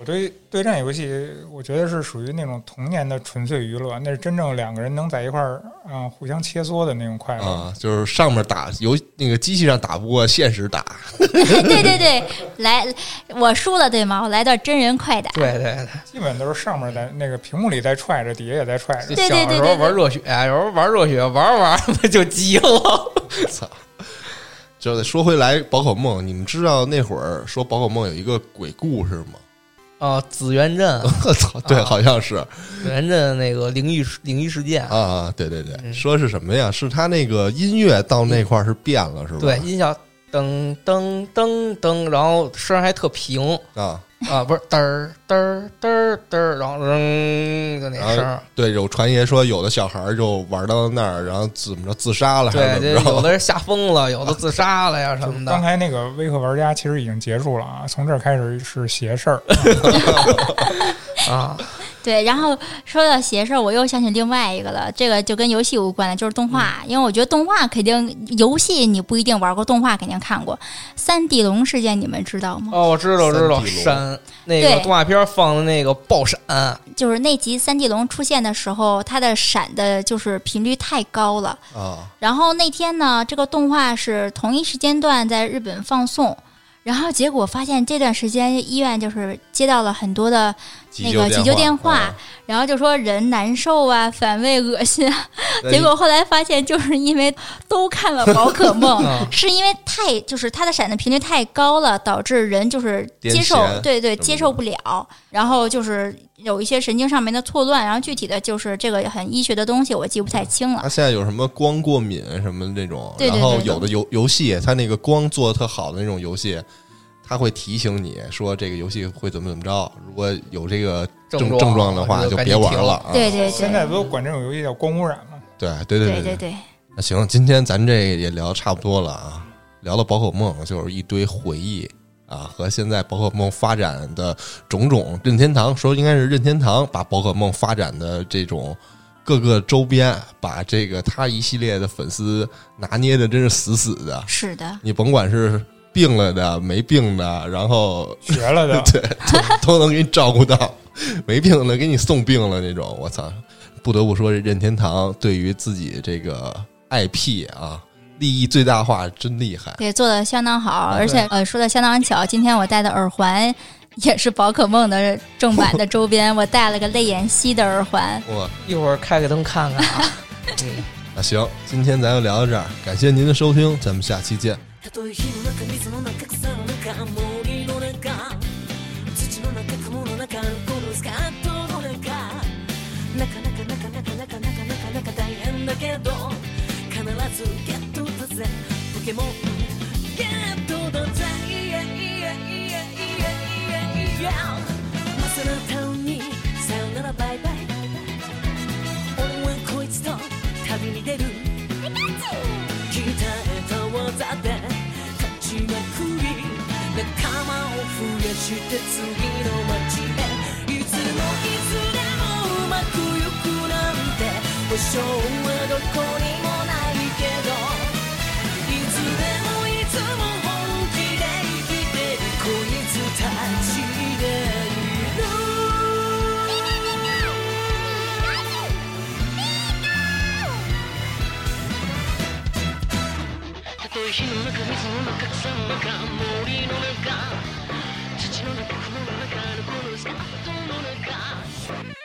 我对对战游戏，我觉得是属于那种童年的纯粹娱乐，那是真正两个人能在一块儿啊、呃、互相切磋的那种快乐啊，就是上面打游那个机器上打不过现实打。 对对对，来，我输了对吗？我来段真人快打。 对对对， 基本都是上面在那个屏幕里在踹着，底下也在踹着。 对对对对对， 小时候玩热血，有时候玩热血玩玩就急了。 操！就得说回来，宝可梦，你们知道那会儿说宝可梦有一个鬼故事吗？ 啊，紫元镇， 我操，对， 啊好像是紫元镇那个灵异灵异事件啊啊，对对对， 嗯说是什么呀？是他那个音乐到那块儿是变了，是吧？ 对，音效噔噔噔噔，然后声还特平啊啊，不是嘚儿嘚儿嘚儿嘚儿，然后扔就那声儿。 对，有传言说有的小孩儿就玩到那儿，然后怎么着自杀了，还对，这是怎么着？ 有的人吓疯了，有的自杀了呀什么的。 刚才那个微客玩家其实已经结束了啊，从这儿开始是邪事儿啊。 对，然后说到邪事儿，我又想起另外一个了，这个就跟游戏无关的，就是动画。嗯、因为我觉得动画肯定，游戏你不一定玩过，动画肯定看过。三地龙事件你们知道吗？ 哦，我知道，知道。闪那个动画片放的那个爆闪， 就是那集三地龙出现的时候，它的闪的就是频率太高了啊。 然后那天呢，这个动画是同一时间段在日本放送。然后结果发现这段时间医院就是接到了很多的那个急救电话， 啊、 然后就说人难受啊、反胃、恶心啊。结果后来发现，就是因为都看了宝可梦，是因为太就是它的闪的频率太高了，导致人就是接受对对接受不了，然后就是有一些神经上面的错乱，然后具体的就是这个很医学的东西我记不太清了。 它现在有什么光过敏什么这种， 对对对对， 然后有的游游戏它那个光做的特好的那种游戏。他会提醒你说这个游戏会怎么怎么着，如果有这个症症状的话，就别玩了。啊、 对对对， 现在都管这种游戏叫光污染嘛。 对对对对对对。 那行，今天咱这也聊差不多了啊，聊到宝可梦就是一堆回忆啊，和现在宝可梦发展的种种，任天堂说应该是任天堂把宝可梦发展的这种各个周边，把这个他一系列的粉丝拿捏的真是死死的。 是的， 你甭管是病了的、没病的，然后学了的， 对，都, 都能给你照顾到。没病的给你送病了那种，我操！不得不说，任天堂对于自己这个 I P 啊，利益最大化真厉害。 对，做的相当好，而且呃，说的相当巧。今天我戴的耳环也是宝可梦的正版的周边，我戴了个泪眼蜥的耳环。 我一会儿开个灯看看啊。 嗯，那行，今天咱就聊到这儿，感谢您的收听，咱们下期见。たとえ火の中水の中草の中森の中土の中雲の中このスカートの中なかなかなかなかなかなかなかなか大変だけど必ずゲットだぜポケモンゲットだぜイエイエイエイエイエイエイマサラタウンにさよならバイバイ俺はこいつと旅に出る鍛えた技で勝ちまくり仲間を増やして次の街へいつもいつでもうまくいくなんて保証はどこにもないけどいつでもいつも本気で生きてこいつたちでいるたとえ火の中水の中草の中森の中土の中雲の中のこのスカートの中